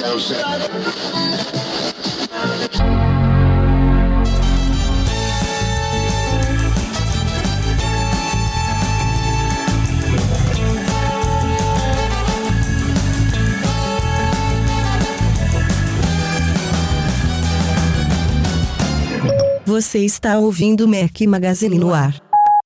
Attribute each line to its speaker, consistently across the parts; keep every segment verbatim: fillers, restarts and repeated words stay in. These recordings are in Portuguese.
Speaker 1: Você está ouvindo o Mac Magazine no ar.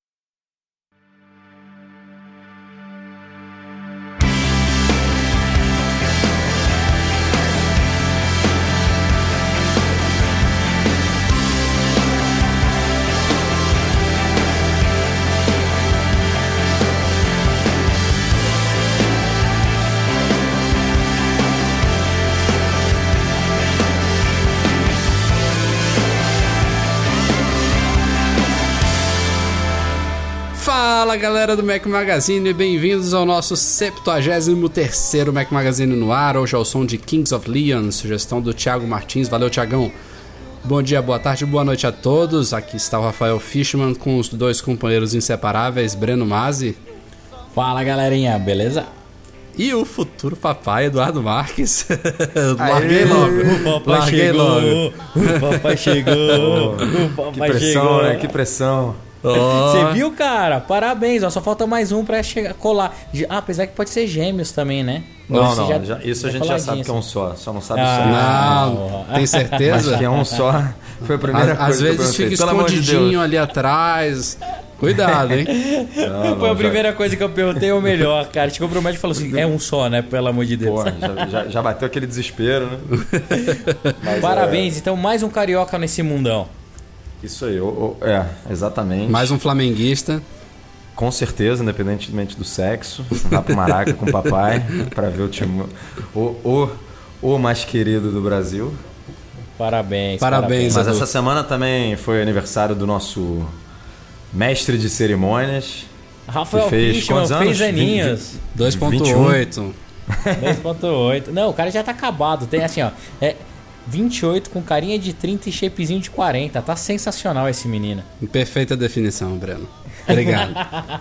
Speaker 2: Fala galera do Mac Magazine, bem-vindos ao nosso septuagésimo terceiro Mac Magazine no ar. Hoje é o som de Kings of Leon, sugestão do Thiago Martins. Valeu, Thiagão. Bom dia, boa tarde, boa noite a todos. Aqui está o Rafael Fishman com os dois companheiros inseparáveis, Breno Mazzi.
Speaker 3: Fala galerinha, beleza?
Speaker 2: E o futuro papai, Eduardo Marques. Larguei logo.
Speaker 3: O papai
Speaker 2: Larguei
Speaker 3: chegou.
Speaker 2: logo.
Speaker 3: O papai chegou. O papai
Speaker 4: que pressão,
Speaker 3: chegou.
Speaker 4: né? Que pressão.
Speaker 3: Você oh. viu, cara? Parabéns, ó, só falta mais um pra chegar, colar. Ah, apesar que pode ser gêmeos também, né?
Speaker 4: Não, não, já, já, isso a gente já sabe que é um só. Só não sabe
Speaker 2: ah,
Speaker 4: o
Speaker 2: Não, tem certeza?
Speaker 4: Mas que é um só. Foi a primeira
Speaker 2: Às,
Speaker 4: coisa
Speaker 2: às vezes
Speaker 4: que eu
Speaker 2: fica escondidinho de ali atrás. Cuidado, hein?
Speaker 3: Não, não, Foi a primeira já... coisa que eu perguntei, ou melhor, cara. Chegou pro médico e falou assim: é um só, né? Pelo amor de Deus.
Speaker 4: Pô, já, já, já bateu aquele desespero, né?
Speaker 3: Mas, Parabéns, é... então mais um carioca nesse mundão.
Speaker 4: Isso aí, o, o, é, exatamente.
Speaker 2: Mais um flamenguista.
Speaker 4: Com certeza, independentemente do sexo. Vá pro Maraca com o papai para ver o time. O, o, o mais querido do Brasil.
Speaker 3: Parabéns,
Speaker 2: parabéns.
Speaker 4: Mas essa semana também foi aniversário do nosso mestre de cerimônias.
Speaker 3: Rafael
Speaker 4: fez
Speaker 3: Fishman, fez aninhos.
Speaker 2: dois ponto oito.
Speaker 3: dois ponto oito. Não, o cara já tá acabado. Tem assim, ó. É vinte e oito com carinha de trinta e shapezinho de quarenta. Tá sensacional esse menino.
Speaker 2: Perfeita definição, Breno. Obrigado.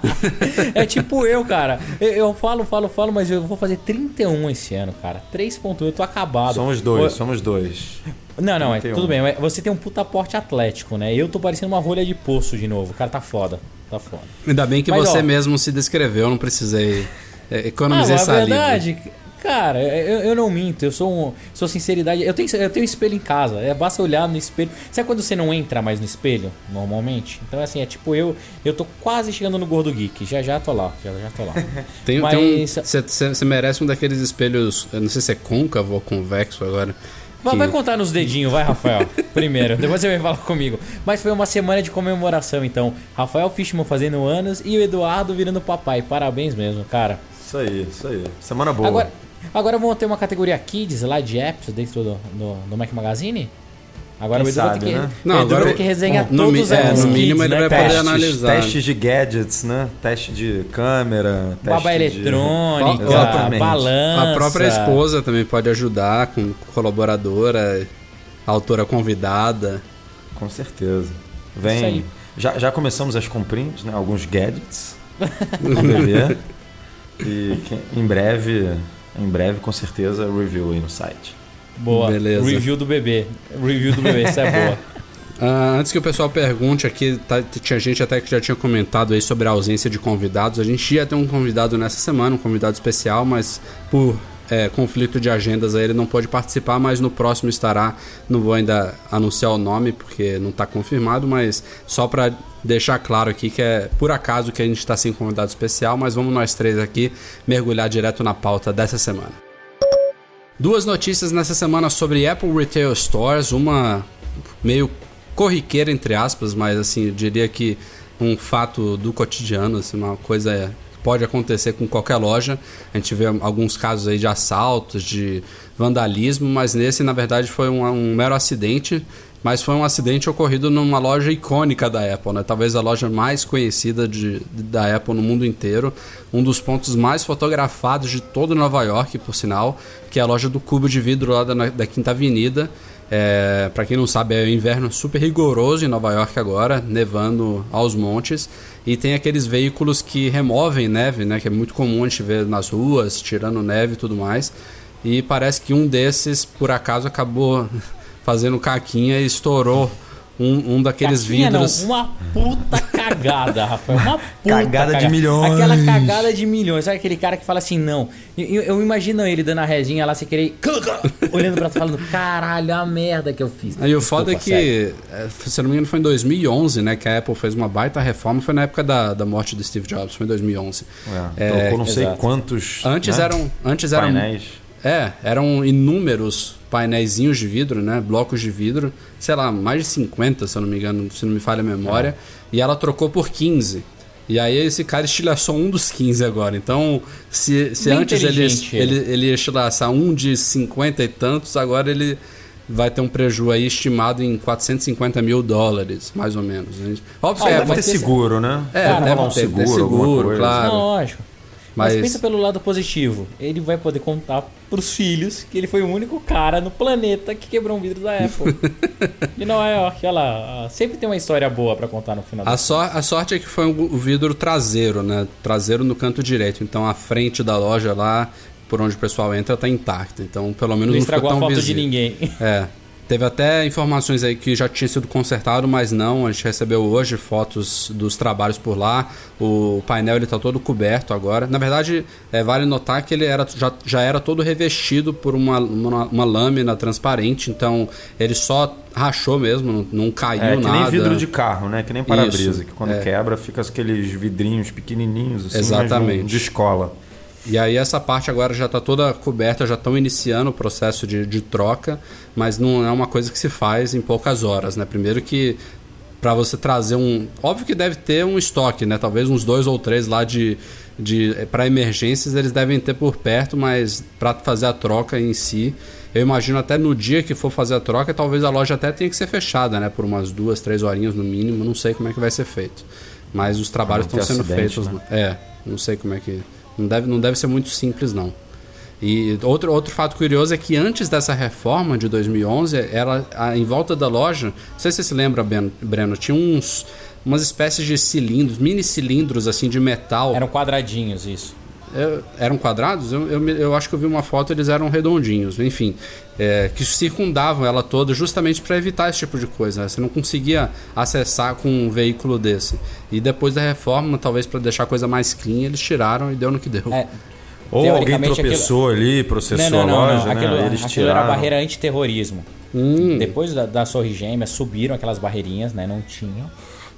Speaker 3: É tipo eu, cara. Eu, eu falo, falo, falo, mas eu vou fazer trinta e um esse ano, cara. três ponto oito, eu tô acabado.
Speaker 4: Somos dois,
Speaker 3: eu...
Speaker 4: somos dois.
Speaker 3: Não, não, é, tudo bem. Mas você tem um puta porte atlético, né? Eu tô parecendo uma rolha de poço de novo. O cara tá foda. Tá foda.
Speaker 2: Ainda bem que
Speaker 3: mas,
Speaker 2: você
Speaker 3: ó,
Speaker 2: mesmo se descreveu. Eu não precisei economizar
Speaker 3: ah,
Speaker 2: saliva.
Speaker 3: É verdade. Cara, eu, eu não minto, eu sou um, sou sinceridade. Eu tenho, eu tenho espelho em casa, é, basta olhar no espelho. Sabe quando você não entra mais no espelho, normalmente? Então, assim, é tipo eu, eu tô quase chegando no Gordo Geek, já já tô lá, já já tô lá.
Speaker 2: Tem, Mas... tem um, você merece um daqueles espelhos, eu não sei se é côncavo ou convexo agora.
Speaker 3: Vai,
Speaker 2: que...
Speaker 3: vai contar nos dedinhos, vai, Rafael, primeiro, depois você vem falar comigo. Mas foi uma semana de comemoração, então. Rafael Fishman fazendo anos e o Eduardo virando papai, parabéns mesmo, cara.
Speaker 4: Isso aí, isso aí, semana boa.
Speaker 3: Agora, Agora vamos ter uma categoria Kids lá de apps dentro do, do, do Mac Magazine? Agora
Speaker 4: Quem
Speaker 3: o Edu vai
Speaker 4: sabe,
Speaker 3: ter que,
Speaker 4: né?
Speaker 3: Não, agora vai ter que resenhar
Speaker 2: no,
Speaker 3: todos os
Speaker 2: é,
Speaker 3: apps.
Speaker 2: No mínimo
Speaker 3: Kids,
Speaker 2: ele
Speaker 3: né,
Speaker 2: vai poder
Speaker 4: testes,
Speaker 2: analisar.
Speaker 4: Testes de gadgets, né? Teste de câmera, teste
Speaker 3: Babá eletrônica,
Speaker 4: de...
Speaker 3: balança.
Speaker 2: A própria esposa também pode ajudar com colaboradora, autora convidada.
Speaker 4: Com certeza. Vem. Já, já começamos as comprinhas, né? Alguns gadgets com o bebê. E que, em breve... Em breve, com certeza, review aí no site.
Speaker 3: Boa.
Speaker 2: Beleza.
Speaker 3: Review do bebê. Review do bebê, isso é boa.
Speaker 2: Uh, antes que o pessoal pergunte aqui, tá, tinha gente até que já tinha comentado aí sobre a ausência de convidados. A gente ia ter um convidado nessa semana, um convidado especial, mas por é, conflito de agendas aí ele não pode participar, mas no próximo estará. Não vou ainda anunciar o nome porque não está confirmado, mas só para deixar claro aqui que é por acaso que a gente está sem convidado especial, mas vamos nós três aqui mergulhar direto na pauta dessa semana. Duas notícias nessa semana sobre Apple Retail Stores, uma meio corriqueira entre aspas, mas assim, eu diria que um fato do cotidiano, assim, uma coisa que pode acontecer com qualquer loja. A gente vê alguns casos aí de assaltos, de vandalismo, mas nesse na verdade foi um, um mero acidente. Mas foi um acidente ocorrido numa loja icônica da Apple, né? Talvez a loja mais conhecida de, da Apple no mundo inteiro. Um dos pontos mais fotografados de todo Nova York, por sinal, que é a loja do Cubo de Vidro lá da, da Quinta Avenida. É, para quem não sabe, é um inverno super rigoroso em Nova York agora, nevando aos montes. E tem aqueles veículos que removem neve, né? Que é muito comum a gente ver nas ruas, tirando neve e tudo mais. e parece que um desses, por acaso, acabou fazendo caquinha e estourou um, um daqueles caquinha vidros.
Speaker 3: Não, uma puta cagada, Rafael. Uma puta
Speaker 4: cagada, cagada de milhões.
Speaker 3: Aquela cagada de milhões. Sabe aquele cara que fala assim, não. Eu, eu imagino ele dando a rezinha lá, sem querer, olhando pra tu falando, caralho, a merda que eu fiz.
Speaker 2: Aí o foda é que, sério. se não me engano, foi em dois mil e onze, né, que a Apple fez uma baita reforma. Foi na época da, da morte do Steve Jobs, foi em dois mil e onze.
Speaker 4: É, é, trocou não sei exato. quantos
Speaker 2: Antes né? eram... Antes eram
Speaker 4: painéis.
Speaker 2: É, eram inúmeros painéisinhos de vidro, né? Blocos de vidro, sei lá, mais de cinquenta, se eu não me engano, se não me falha a memória. É. E ela trocou por quinze. E aí esse cara estilhaçou um dos quinze agora. Então, se, se antes ele, ele, ele ia estilhaçar um de cinquenta e tantos, agora ele vai ter um prejuízo aí estimado em quatrocentos e cinquenta mil dólares, mais ou menos.
Speaker 4: Óbvio que ah, é, vai ter seguro, né?
Speaker 2: É, cara, deve um ter, seguro, ter seguro, claro.
Speaker 3: Não, lógico. Mas... Mas pensa pelo lado positivo. Ele vai poder contar pros filhos que ele foi o único cara no planeta que quebrou um vidro da Apple. E não é, ó, olha lá, sempre tem uma história boa pra contar no final.
Speaker 2: A, so a sorte é que foi um, o vidro traseiro, né? Traseiro no canto direito. Então a frente da loja lá, por onde o pessoal entra, tá intacta. Então pelo menos não, não ficou tão
Speaker 3: a foto
Speaker 2: visível.
Speaker 3: de ninguém.
Speaker 2: É. Teve até informações aí que já tinha sido consertado, mas não. A gente recebeu hoje fotos dos trabalhos por lá. O painel ele está todo coberto agora. Na verdade, é, vale notar que ele era, já, já era todo revestido por uma, uma, uma lâmina transparente. Então, ele só rachou mesmo, não, não caiu nada. É que
Speaker 4: nada. Nem vidro de carro, né? Que nem para-brisa, que quando é. quebra fica aqueles vidrinhos pequenininhos, assim,
Speaker 2: exatamente.
Speaker 4: De escola.
Speaker 2: E aí essa parte agora já está toda coberta, já estão iniciando o processo de, de troca, mas não é uma coisa que se faz em poucas horas, né? Primeiro que para você trazer um... Óbvio que deve ter um estoque, né? Talvez uns dois ou três lá de... de para emergências eles devem ter por perto, mas para fazer a troca em si, eu imagino até no dia que for fazer a troca, talvez a loja até tenha que ser fechada, né? Por umas duas, três horinhas no mínimo, não sei como é que vai ser feito. Mas os trabalhos estão sendo acidente, feitos... Né? É, não sei como é que... Não deve, não deve ser muito simples, não. E outro, outro fato curioso é que antes dessa reforma de dois mil e onze, ela, a, em volta da loja, não sei se você se lembra, Ben, Breno, tinha uns, umas espécies de cilindros, mini cilindros assim de metal.
Speaker 3: Eram quadradinhos, isso.
Speaker 2: É, eram quadrados? Eu, eu, eu acho que eu vi uma foto, eles eram redondinhos, enfim, é, que circundavam ela toda justamente para evitar esse tipo de coisa, né? Você não conseguia acessar com um veículo desse. E depois da reforma, talvez para deixar a coisa mais clean, eles tiraram e deu no que deu. É,
Speaker 4: ou alguém tropeçou aquilo... ali, processou não, não, não, a loja,
Speaker 3: não. Aquilo,
Speaker 4: né? Eles
Speaker 3: aquilo
Speaker 4: tiraram.
Speaker 3: Era a barreira antiterrorismo.
Speaker 2: Hum.
Speaker 3: Depois da, da Torre Gêmea, subiram aquelas barreirinhas, né? Não tinham.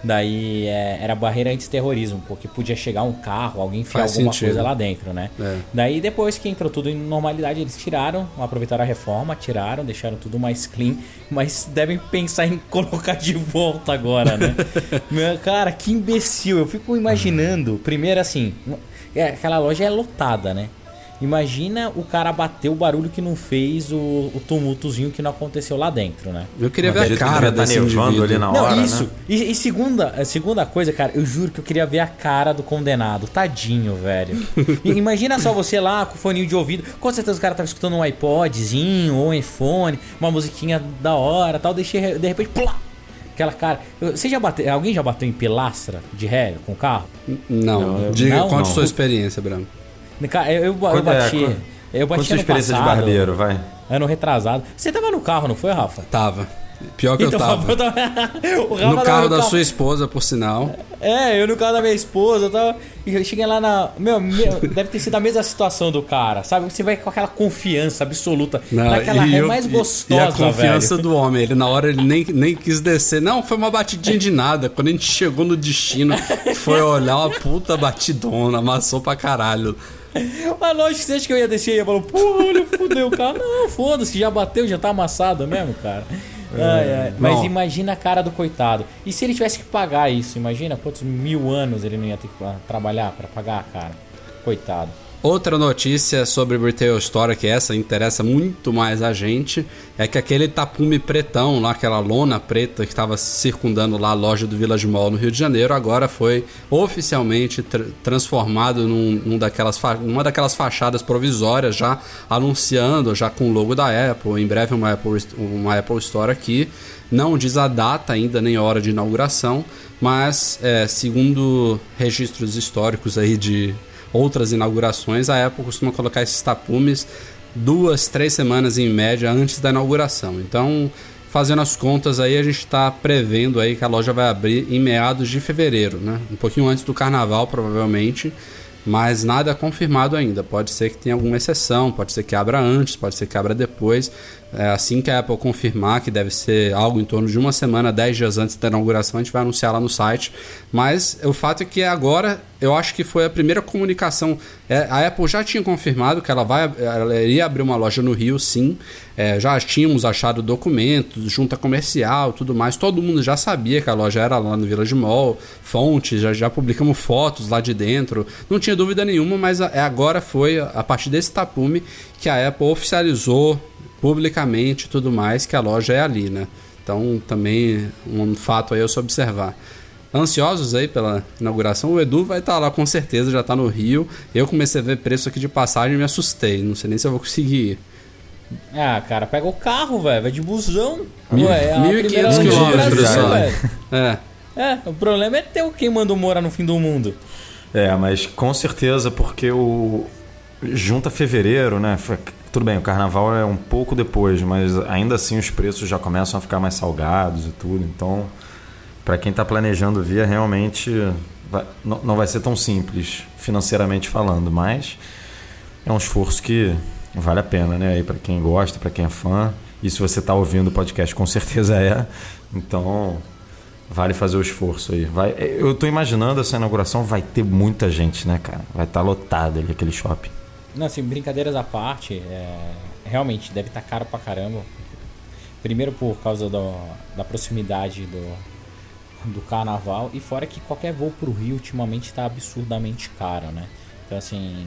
Speaker 3: Daí é, era barreira antiterrorismo, porque podia chegar um carro, alguém enfiar
Speaker 2: Faz
Speaker 3: alguma
Speaker 2: sentido.
Speaker 3: coisa lá dentro, né?
Speaker 2: É.
Speaker 3: Daí depois que entrou tudo em normalidade, eles tiraram, aproveitaram a reforma, tiraram, deixaram tudo mais clean, mas devem pensar em colocar de volta agora, né? Meu, cara, que imbecil, eu fico imaginando, primeiro assim, é, aquela loja é lotada, né? Imagina o cara bater o barulho que não fez, o, o tumultozinho que não aconteceu lá dentro, né?
Speaker 2: Eu queria ver a cara desse indivíduo
Speaker 4: ali na
Speaker 3: não,
Speaker 4: hora,
Speaker 3: isso.
Speaker 4: Né?
Speaker 3: E, e segunda, a segunda coisa, cara, eu juro que eu queria ver a cara do condenado. Tadinho, velho. E, imagina só você lá com o foninho de ouvido. Com certeza o cara tava escutando um iPodzinho ou um iPhone, uma musiquinha da hora tal. Deixei, de repente, plá! Aquela cara. Você já bateu, alguém já bateu em pilastra de ré com o carro?
Speaker 2: Não.
Speaker 3: não eu,
Speaker 2: Diga,
Speaker 3: não,
Speaker 2: conte
Speaker 3: não.
Speaker 2: sua experiência, Bruno.
Speaker 3: Cara, eu, eu, eu bati.
Speaker 4: É,
Speaker 3: eu bati
Speaker 4: sua
Speaker 3: ano
Speaker 4: experiência
Speaker 3: passado,
Speaker 4: de barbeiro, vai.
Speaker 3: Ano retrasado. Você tava no carro, não foi, Rafa?
Speaker 2: Tava. Pior que
Speaker 3: então,
Speaker 2: eu tava.
Speaker 3: Eu tava... o Rafa
Speaker 2: no carro no da carro... sua esposa, por sinal.
Speaker 3: É, eu no carro da minha esposa, eu tava. Eu cheguei lá na. Meu, meu, deve ter sido a mesma situação do cara, sabe? Você vai com aquela confiança absoluta.
Speaker 2: Não,
Speaker 3: naquela
Speaker 2: ré
Speaker 3: eu, mais gostosa,
Speaker 2: e a confiança
Speaker 3: velho.
Speaker 2: do homem. Ele na hora ele nem, nem quis descer. Não, foi uma batidinha de nada. Quando a gente chegou no destino, foi olhar uma puta batidona, amassou pra caralho.
Speaker 3: Mas lógico que você acha que eu ia descer e ia falar, porra, olha, fudeu o carro. Não, foda-se, já bateu, já tá amassado mesmo, cara. Ai, ai. Mas Bom. Imagina a cara do coitado. E se ele tivesse que pagar isso? Imagina quantos mil anos ele não ia ter que trabalhar pra pagar, cara. Coitado.
Speaker 2: Outra notícia sobre Retail Store, que essa interessa muito mais a gente, é que aquele tapume pretão, lá, aquela lona preta que estava circundando lá a loja do Village Mall no Rio de Janeiro, agora foi oficialmente tra- transformado num, num daquelas fa- numa daquelas fachadas provisórias, já anunciando, já com o logo da Apple, em breve uma Apple, uma Apple Store aqui. Não diz a data ainda, nem a hora de inauguração, mas é, segundo registros históricos aí de outras inaugurações, a Apple costuma colocar esses tapumes duas, três semanas em média antes da inauguração. Então, fazendo as contas aí, a gente está prevendo aí que a loja vai abrir em meados de fevereiro, né? Um pouquinho antes do carnaval, provavelmente, mas nada confirmado ainda. Pode ser que tenha alguma exceção, pode ser que abra antes, pode ser que abra depois. É, assim que a Apple confirmar, que deve ser algo em torno de uma semana, dez dias antes da inauguração, a gente vai anunciar lá no site. Mas o fato é que agora, eu acho que foi a primeira comunicação. É, a Apple já tinha confirmado que ela, vai, ela iria abrir uma loja no Rio, sim. É, já tínhamos achado documentos, junta comercial, tudo mais. Todo mundo já sabia que a loja era lá no Village Mall, fontes, já, já publicamos fotos lá de dentro. Não tinha dúvida nenhuma, mas a, agora foi a partir desse tapume que a Apple oficializou publicamente tudo mais, que a loja é ali, né? Então também um fato aí a se observar. Ansiosos aí pela inauguração, o Edu vai estar lá com certeza, já está no Rio. Eu comecei a ver preço aqui de passagem e me assustei, não sei nem se eu vou conseguir ir.
Speaker 3: Ah, cara, pega o carro, velho, vai de busão.
Speaker 2: Mil, Ué, mil e quinhentos quilômetros só.
Speaker 3: É. é, o problema é ter quem mandou morar no fim do mundo.
Speaker 4: É, mas com certeza, porque o junta fevereiro, né? Tudo bem, o carnaval é um pouco depois, mas ainda assim os preços já começam a ficar mais salgados e tudo. Então, para quem está planejando vir, realmente vai, não, não vai ser tão simples financeiramente falando, mas é um esforço que vale a pena, né? Para quem gosta, para quem é fã. E se você está ouvindo o podcast, com certeza é. Então, vale fazer o esforço aí. Vai, eu estou imaginando essa inauguração, vai ter muita gente, né, cara? Vai estar tá lotado ali aquele shopping.
Speaker 3: Não, assim, brincadeiras à parte, é, realmente deve estar caro pra caramba. Primeiro por causa do, da proximidade do, do carnaval, e fora que qualquer voo pro Rio ultimamente está absurdamente caro, né? Então, assim,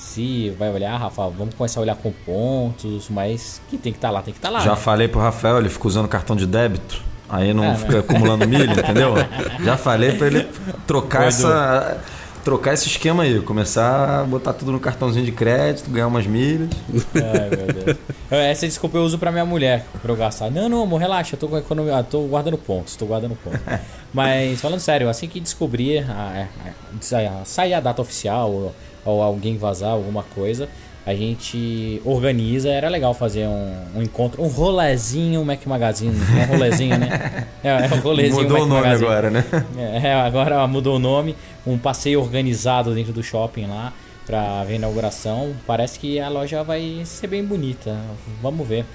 Speaker 3: se vai olhar, Rafa, vamos começar a olhar com pontos, mas que tem que estar tá lá, tem que estar tá lá.
Speaker 4: Já
Speaker 3: né?
Speaker 4: falei pro Rafael, ele fica usando cartão de débito, aí não é, fica né? acumulando milho, entendeu? Já falei pra ele trocar essa... Trocar esse esquema aí, começar a botar tudo no cartãozinho de crédito, ganhar umas milhas.
Speaker 3: Ai, meu Deus. Essa desculpa eu uso pra minha mulher, pra eu gastar. Não, não, amor, relaxa, eu tô com economia, tô guardando pontos, tô guardando pontos. Mas, falando sério, assim que descobrir, a, a, a, sair a data oficial ou, ou alguém vazar alguma coisa, a gente organiza. Era legal fazer um, um encontro, um rolezinho Mac Magazine, um rolezinho, né? É, é um rolezinho
Speaker 4: Mudou
Speaker 3: Mac
Speaker 4: o nome
Speaker 3: Magazine.
Speaker 4: agora, né?
Speaker 3: É, agora mudou o nome. Um passeio organizado dentro do shopping lá pra ver a inauguração. Parece que a loja vai ser bem bonita. Vamos ver.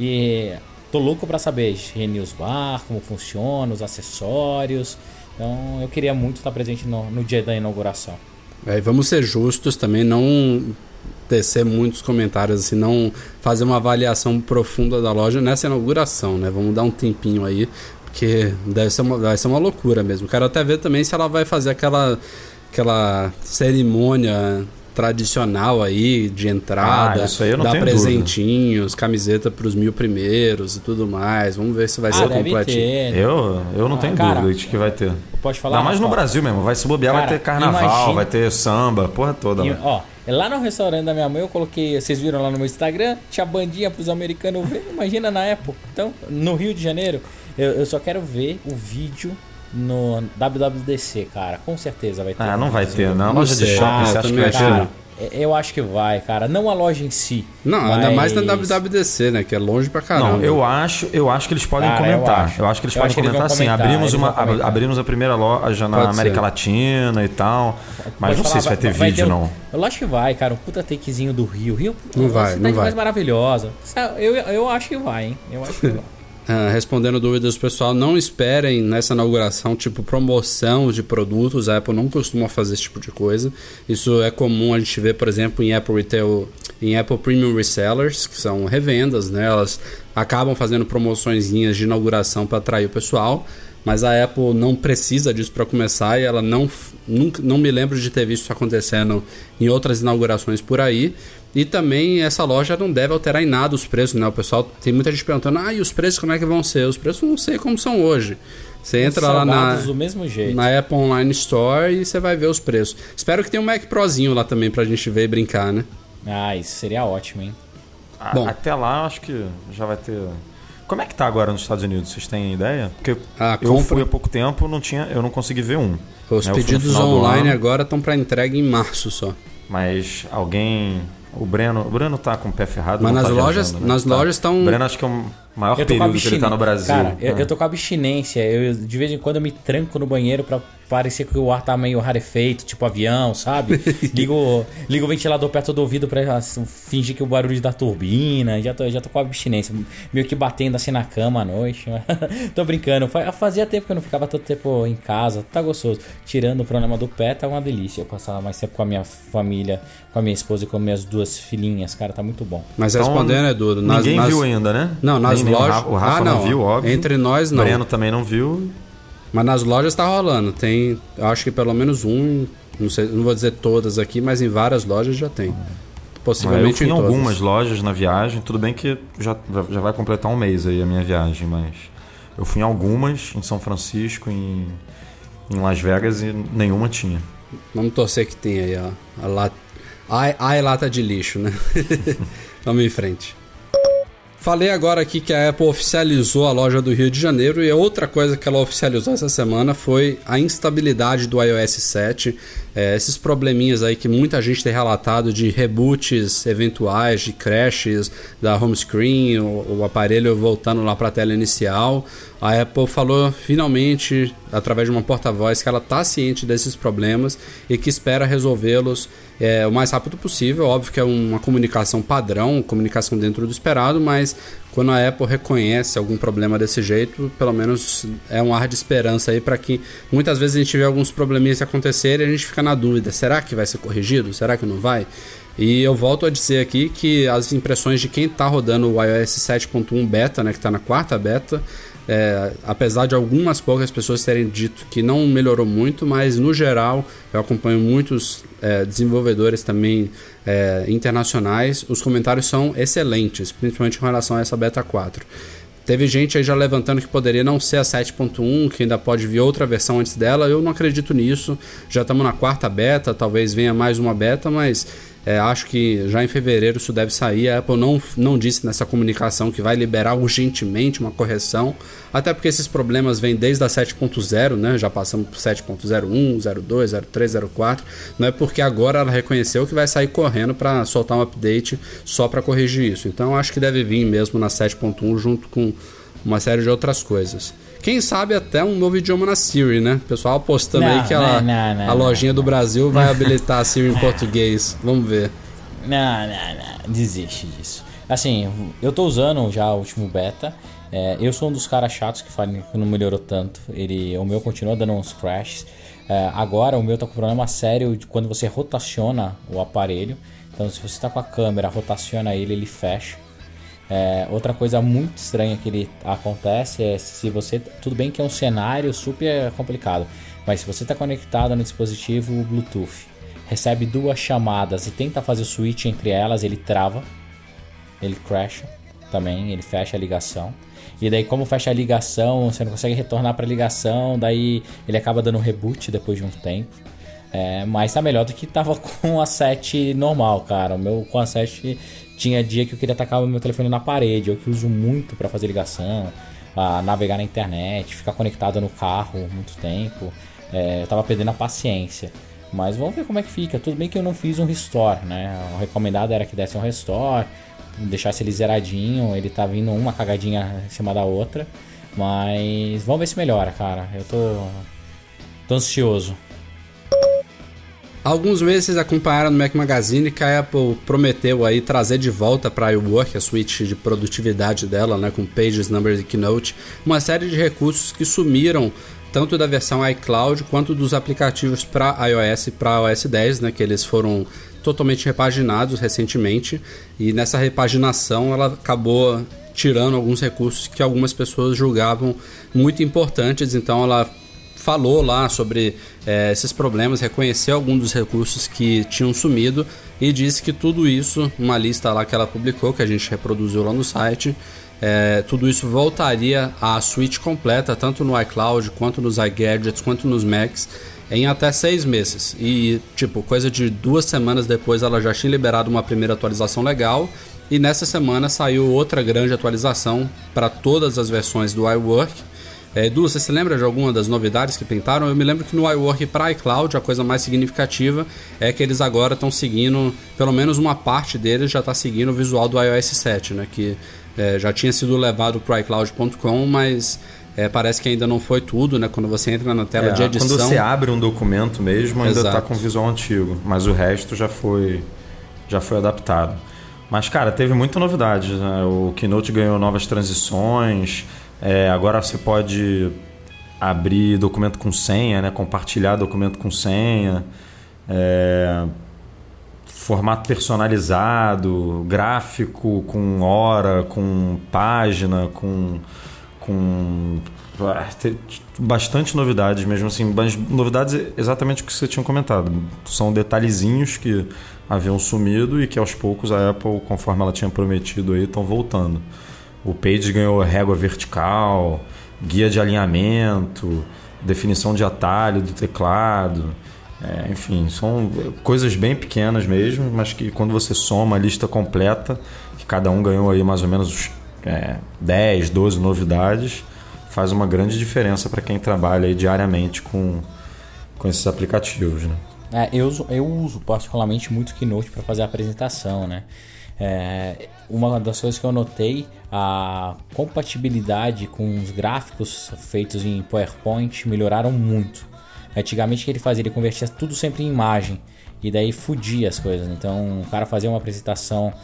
Speaker 3: E tô louco pra saber Genius Bar, como funciona, os acessórios. Então eu queria muito estar presente no, no dia da inauguração.
Speaker 2: É, vamos ser justos também, não tecer muitos comentários, assim, não fazer uma avaliação profunda da loja nessa inauguração, né? Vamos dar um tempinho aí, porque deve ser uma, vai ser uma loucura mesmo. Quero até ver também se ela vai fazer aquela, aquela cerimônia tradicional aí de entrada,
Speaker 4: ah, isso aí eu não
Speaker 2: dar
Speaker 4: tenho
Speaker 2: presentinhos,
Speaker 4: dúvida.
Speaker 2: Camiseta pros mil primeiros e tudo mais. Vamos ver se vai ah, ser completinho.
Speaker 3: Ter.
Speaker 4: Eu, eu não
Speaker 3: ah,
Speaker 4: tenho
Speaker 3: cara,
Speaker 4: dúvida de que vai ter.
Speaker 3: Pode falar.
Speaker 4: Ainda mais no Brasil mesmo, vai se bobear, cara, vai ter carnaval, imagina, vai ter samba, porra toda.
Speaker 3: E, ó, lá no restaurante da minha mãe eu coloquei, vocês viram lá no meu Instagram, tinha bandinha pros americanos ver, imagina na época. Então, no Rio de Janeiro, eu, eu só quero ver o vídeo no W W D C, cara, com certeza vai ter.
Speaker 4: Ah, não vai ter, não.
Speaker 2: Não
Speaker 4: Loja
Speaker 2: sei.
Speaker 4: de shopping,
Speaker 2: Ah,
Speaker 4: você acha que
Speaker 2: também
Speaker 4: vai
Speaker 2: acho.
Speaker 4: ter?
Speaker 3: Eu acho que vai, cara. Não a loja em si.
Speaker 2: Não,
Speaker 3: mas...
Speaker 2: ainda mais na W W D C, né? Que é longe pra caramba.
Speaker 4: Não, eu acho, eu acho que eles podem
Speaker 3: cara,
Speaker 4: comentar.
Speaker 3: Eu acho,
Speaker 4: eu acho que eles
Speaker 3: eu
Speaker 4: podem
Speaker 3: acho que
Speaker 4: comentar
Speaker 3: eles
Speaker 4: assim,
Speaker 3: comentar,
Speaker 4: abrimos, uma,
Speaker 3: comentar.
Speaker 4: abrimos a primeira loja na
Speaker 2: Pode
Speaker 4: América
Speaker 2: ser.
Speaker 4: Latina e tal. Mas
Speaker 3: Pode
Speaker 4: não
Speaker 3: falar,
Speaker 4: sei se vai ter
Speaker 3: vai,
Speaker 4: vídeo,
Speaker 3: vai ter
Speaker 4: não.
Speaker 3: Um, eu acho que vai, cara. Um puta takezinho do Rio. Rio
Speaker 2: não
Speaker 3: é uma
Speaker 2: vai,
Speaker 3: cidade
Speaker 2: não vai.
Speaker 3: mais maravilhosa. Eu, eu acho que vai, hein? Eu acho que vai.
Speaker 2: Uh, respondendo dúvidas do pessoal, não esperem nessa inauguração tipo promoção de produtos. A Apple não costuma fazer esse tipo de coisa. Isso é comum a gente ver, por exemplo, em Apple Retail, em Apple Premium Resellers, que são revendas, né? Elas acabam fazendo promoçõezinhas de inauguração para atrair o pessoal, mas a Apple não precisa disso para começar, e ela não, nunca, não me lembro de ter visto isso acontecendo em outras inaugurações por aí. E também essa loja não deve alterar em nada os preços, né? O pessoal, tem muita gente perguntando, ah, e os preços como é que vão ser? Os preços não sei como são hoje. Você entra lá na,
Speaker 3: do mesmo jeito.
Speaker 2: na Apple Online Store e você vai ver os preços. Espero que tenha um Mac Prozinho lá também pra gente ver e brincar, né?
Speaker 3: Ah, isso seria ótimo, hein?
Speaker 4: Ah,
Speaker 2: Bom,
Speaker 4: até lá, acho que já vai ter... Como é que tá agora nos Estados Unidos? Vocês têm ideia? Porque
Speaker 2: a
Speaker 4: eu
Speaker 2: compra...
Speaker 4: fui há pouco tempo, não tinha, eu não consegui ver um.
Speaker 2: Os
Speaker 4: né?
Speaker 2: pedidos online agora estão para entrega em março só.
Speaker 4: Mas alguém O Breno, o Breno tá com o pé ferrado.
Speaker 2: Mas nas
Speaker 4: tá
Speaker 2: lojas
Speaker 4: viajando, né?
Speaker 2: nas
Speaker 4: tá.
Speaker 2: lojas estão...
Speaker 4: O Breno acho que é o maior período que ele tá no Brasil.
Speaker 3: Cara, eu,
Speaker 4: é.
Speaker 3: eu tô com abstinência. Eu, de vez em quando eu me tranco no banheiro pra parecer que o ar tá meio rarefeito, tipo avião, sabe? ligo, ligo o ventilador perto do ouvido pra fingir que o barulho da turbina. Já tô, já tô com abstinência. Meio que batendo assim na cama à noite. Tô brincando. Fazia tempo que eu não ficava todo tempo em casa. Tá gostoso. Tirando o problema do pé, tá uma delícia. Eu passava mais tempo com a minha família, com a minha esposa e com minhas duas filhinhas. Cara, tá muito bom.
Speaker 2: Mas respondendo,
Speaker 4: então,
Speaker 2: Edu... Nas,
Speaker 4: ninguém
Speaker 2: nas...
Speaker 4: viu ainda, né?
Speaker 2: Não, nas
Speaker 4: nem,
Speaker 2: lojas...
Speaker 4: Nem o Rafa, o Rafa
Speaker 2: ah, não.
Speaker 4: não viu, óbvio.
Speaker 2: Entre nós, não.
Speaker 4: O Breno também não viu.
Speaker 2: Mas nas lojas tá rolando. Tem, eu acho que pelo menos um, não sei, não vou dizer todas aqui, mas em várias lojas já tem. Possivelmente
Speaker 4: eu fui
Speaker 2: em,
Speaker 4: em
Speaker 2: todas.
Speaker 4: algumas lojas na viagem. Tudo bem que já, já vai completar um mês aí a minha viagem, mas eu fui em algumas, em São Francisco, em, em Las Vegas, e nenhuma tinha.
Speaker 2: Vamos torcer que tenha aí, ó. A lata, ai, ai, lata de lixo, né? Vamos em frente. Falei agora aqui que a Apple oficializou a loja do Rio de Janeiro, e a outra coisa que ela oficializou essa semana foi a instabilidade do iOS sete, é, esses probleminhas aí que muita gente tem relatado de reboots eventuais, de crashes da home screen, o, o aparelho voltando lá para a tela inicial. A Apple falou finalmente, através de uma porta-voz, que ela está ciente desses problemas e que espera resolvê-los é, o mais rápido possível. Óbvio que é uma comunicação padrão, comunicação dentro do esperado, mas quando a Apple reconhece algum problema desse jeito, pelo menos é um ar de esperança aí, para que muitas vezes a gente vê alguns probleminhas acontecerem e a gente fica na dúvida, será que vai ser corrigido? Será que não vai? E eu volto a dizer aqui que as impressões de quem está rodando o iOS sete ponto um beta, né, que está na quarta beta, É, apesar de algumas poucas pessoas terem dito que não melhorou muito, mas no geral eu acompanho muitos é, desenvolvedores também é, internacionais, os comentários são excelentes, principalmente em relação a essa beta quatro. Teve gente aí já levantando que poderia não ser a sete ponto um, que ainda pode vir outra versão antes dela. Eu não acredito nisso, já estamos na quarta beta, talvez venha mais uma beta, mas É, acho que já em fevereiro isso deve sair. A Apple não, não disse nessa comunicação que vai liberar urgentemente uma correção, até porque esses problemas vêm desde a sete ponto zero, né? Já passamos por sete ponto zero um, zero dois, zero três, zero quatro. Não é porque agora ela reconheceu que vai sair correndo para soltar um update só para corrigir isso. Então acho que deve vir mesmo na sete ponto um junto com uma série de outras coisas. Quem sabe até um novo idioma na Siri, né? O pessoal apostando não, aí que a, não, não, não, a lojinha não, não. do Brasil vai habilitar a Siri em português. Vamos ver.
Speaker 3: Não, não, não. Desiste disso. Assim, eu tô usando já o último beta. É, eu sou um dos caras chatos que falam que não melhorou tanto. Ele, o meu continua dando uns crashes. É, agora o meu tá com problema sério de quando você rotaciona o aparelho. Então se você tá com a câmera, rotaciona ele, ele fecha. É, outra coisa muito estranha que ele acontece é se você... Tudo bem que é um cenário super complicado, mas se você está conectado no dispositivo Bluetooth, recebe duas chamadas e tenta fazer o switch entre elas, ele trava, ele crasha também, ele fecha a ligação. E daí como fecha a ligação, você não consegue retornar para a ligação, daí ele acaba dando um reboot depois de um tempo. É, mas tá melhor do que tava com a sete normal, cara. O meu com a sete tinha dia que eu queria tacar o meu telefone na parede. Eu que uso muito para fazer ligação, a navegar na internet, ficar conectado no carro muito tempo. É, eu tava perdendo a paciência. Mas vamos ver como é que fica. Tudo bem que eu não fiz um restore, né? O recomendado era que desse um restore, deixasse ele zeradinho. Ele tá vindo uma cagadinha em cima da outra. Mas vamos ver se melhora, cara. Eu tô, tô ansioso.
Speaker 2: Há alguns meses vocês acompanharam no Mac Magazine que a Apple prometeu aí trazer de volta para a iWork, a suíte de produtividade dela, né, com Pages, Numbers e Keynote, uma série de recursos que sumiram tanto da versão iCloud quanto dos aplicativos para iOS e para o S dez, né, que eles foram totalmente repaginados recentemente, e nessa repaginação ela acabou tirando alguns recursos que algumas pessoas julgavam muito importantes. Então ela falou lá sobre é, esses problemas, reconheceu alguns dos recursos que tinham sumido e disse que tudo isso, uma lista lá que ela publicou, que a gente reproduziu lá no site, é, tudo isso voltaria à suíte completa, tanto no iCloud, quanto nos iGadgets, quanto nos Macs, em até seis meses. E, tipo, coisa de duas semanas depois ela já tinha liberado uma primeira atualização legal, e nessa semana saiu outra grande atualização para todas as versões do iWork. É, Edu, você se lembra de alguma das novidades que pintaram? Eu me lembro que no iWork para iCloud a coisa mais significativa é que eles agora estão seguindo, pelo menos uma parte deles já está seguindo o visual do iOS sete, né? Que é, já tinha sido levado para o iCloud ponto com, mas é, parece que ainda não foi tudo, né? Quando você entra na tela
Speaker 4: é,
Speaker 2: de edição...
Speaker 4: Quando você abre um documento mesmo, ainda está com o visual antigo, mas o resto já foi, já foi adaptado. Mas, cara, teve muita novidade, né? O Keynote ganhou novas transições... É, agora você pode abrir documento com senha, né? Compartilhar documento com senha, é, formato personalizado, gráfico com hora, com página, com, com bastante novidades mesmo assim, novidades exatamente o que você tinha comentado. São detalhezinhos que haviam sumido e que aos poucos a Apple, conforme ela tinha prometido, aí estão voltando. O Page ganhou régua vertical, guia de alinhamento, definição de atalho do teclado. É, enfim, são coisas bem pequenas mesmo, mas que quando você soma a lista completa, que cada um ganhou aí mais ou menos é, dez, doze novidades, faz uma grande diferença para quem trabalha aí diariamente com, com esses aplicativos, né?
Speaker 3: É, eu, uso, eu uso particularmente muito Keynote para fazer a apresentação, né? É, uma das coisas que eu notei, a compatibilidade com os gráficos feitos em PowerPoint melhoraram muito. Antigamente o que ele fazia, ele convertia tudo sempre em imagem e daí fudia as coisas. Então o cara fazia uma apresentação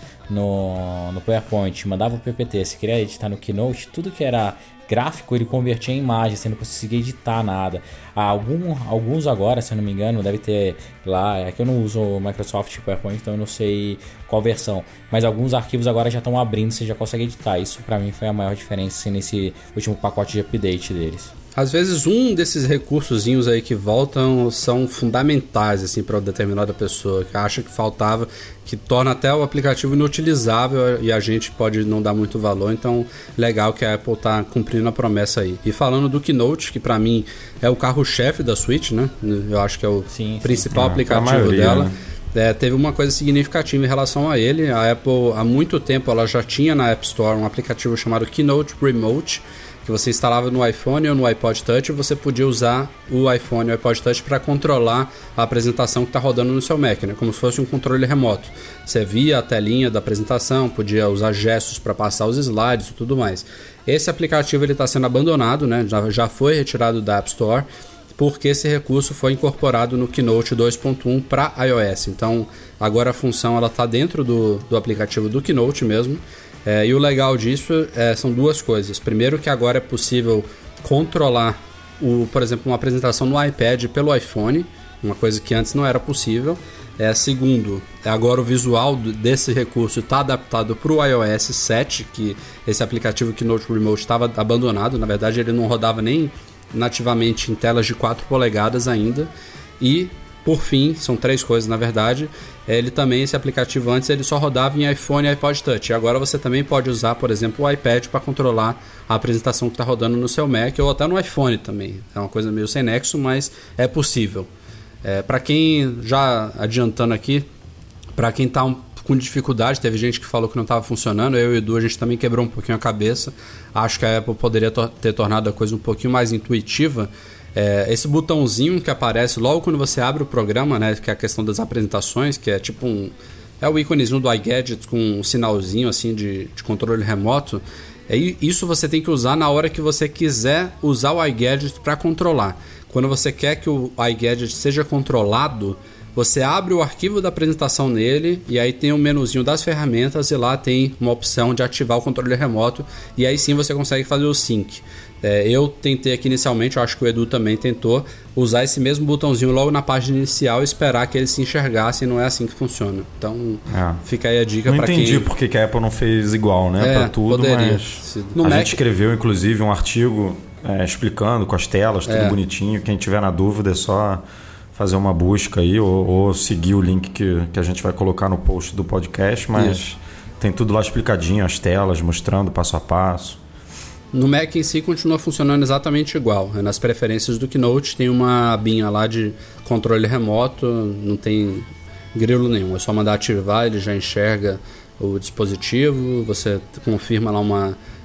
Speaker 3: no, no PowerPoint, mandava o P P T, se queria editar no Keynote, tudo que era gráfico ele convertia em imagem, você não conseguia editar nada. Algum, alguns agora, se eu não me engano, deve ter lá, é que eu não uso o Microsoft PowerPoint, então eu não sei qual versão, mas alguns arquivos agora já estão abrindo, você já consegue editar. Isso para mim foi a maior diferença assim, nesse último pacote de update deles.
Speaker 2: Às vezes um desses recursozinhos aí que voltam são fundamentais assim, para determinada pessoa que acha que faltava, que torna até o aplicativo inutilizável e a gente pode não dar muito valor. Então legal que a Apple está cumprindo a promessa aí. E falando do Keynote, que para mim é o carro-chefe da suite, né? Eu acho que é o sim, principal sim. aplicativo é, maioria, dela, né? É, teve uma coisa significativa em relação a ele. A Apple há muito tempo ela já tinha na App Store um aplicativo chamado Keynote Remote, que você instalava no iPhone ou no iPod Touch, e você podia usar o iPhone ou o iPod Touch para controlar a apresentação que está rodando no seu Mac, né? Como se fosse um controle remoto. Você via a telinha da apresentação, podia usar gestos para passar os slides e tudo mais. Esse aplicativo está sendo abandonado, né? já, já foi retirado da App Store, porque esse recurso foi incorporado no Keynote dois ponto um para iOS. Então agora a função está dentro do, do aplicativo do Keynote mesmo. É, e o legal disso é, são duas coisas. Primeiro, que agora é possível controlar, o, por exemplo, uma apresentação no iPad pelo iPhone, uma coisa que antes não era possível. É, segundo, agora o visual desse recurso está adaptado para o iOS sete, que esse aplicativo Keynote Remote estava abandonado. Na verdade, ele não rodava nem nativamente em telas de quatro polegadas ainda. E, por fim, são três coisas na verdade, ele também, esse aplicativo antes, ele só rodava em iPhone e iPod Touch. E agora você também pode usar, por exemplo, o iPad para controlar a apresentação que está rodando no seu Mac ou até no iPhone também. É uma coisa meio sem nexo, mas é possível. É, para quem, já adiantando aqui, para quem está um, com dificuldade, teve gente que falou que não estava funcionando, eu e o Edu, a gente também quebrou um pouquinho a cabeça. Acho que a Apple poderia to- ter tornado a coisa um pouquinho mais intuitiva. É, esse botãozinho que aparece logo quando você abre o programa, né, que é a questão das apresentações, que é tipo um... é o íconezinho do iGadget com um sinalzinho assim de, de controle remoto. É, isso você tem que usar na hora que você quiser usar o iGadget para controlar. Quando você quer que o iGadget seja controlado, você abre o arquivo da apresentação nele e aí tem um menuzinho das ferramentas e lá tem uma opção de ativar o controle remoto e aí sim você consegue fazer o sync. É, eu tentei aqui inicialmente, eu acho que o Edu também tentou usar esse mesmo botãozinho logo na página inicial e esperar que ele se enxergasse, e não é assim que funciona. Então é. Fica aí a dica para quem...
Speaker 4: Não entendi porque que a Apple não fez igual, né?
Speaker 2: É,
Speaker 4: para tudo,
Speaker 2: poderia.
Speaker 4: Mas
Speaker 2: no
Speaker 4: a
Speaker 2: Mac...
Speaker 4: gente escreveu inclusive um artigo é, explicando com as telas, tudo é. bonitinho. Quem tiver na dúvida é só fazer uma busca aí ou, ou seguir o link que, que a gente vai colocar no post do podcast, mas Isso. tem tudo lá explicadinho, as telas mostrando passo a passo.
Speaker 2: No Mac em si continua funcionando exatamente igual. Nas preferências do Keynote tem uma abinha lá de controle remoto, não tem grilo nenhum. É só mandar ativar, ele já enxerga o dispositivo, você confirma lá uma,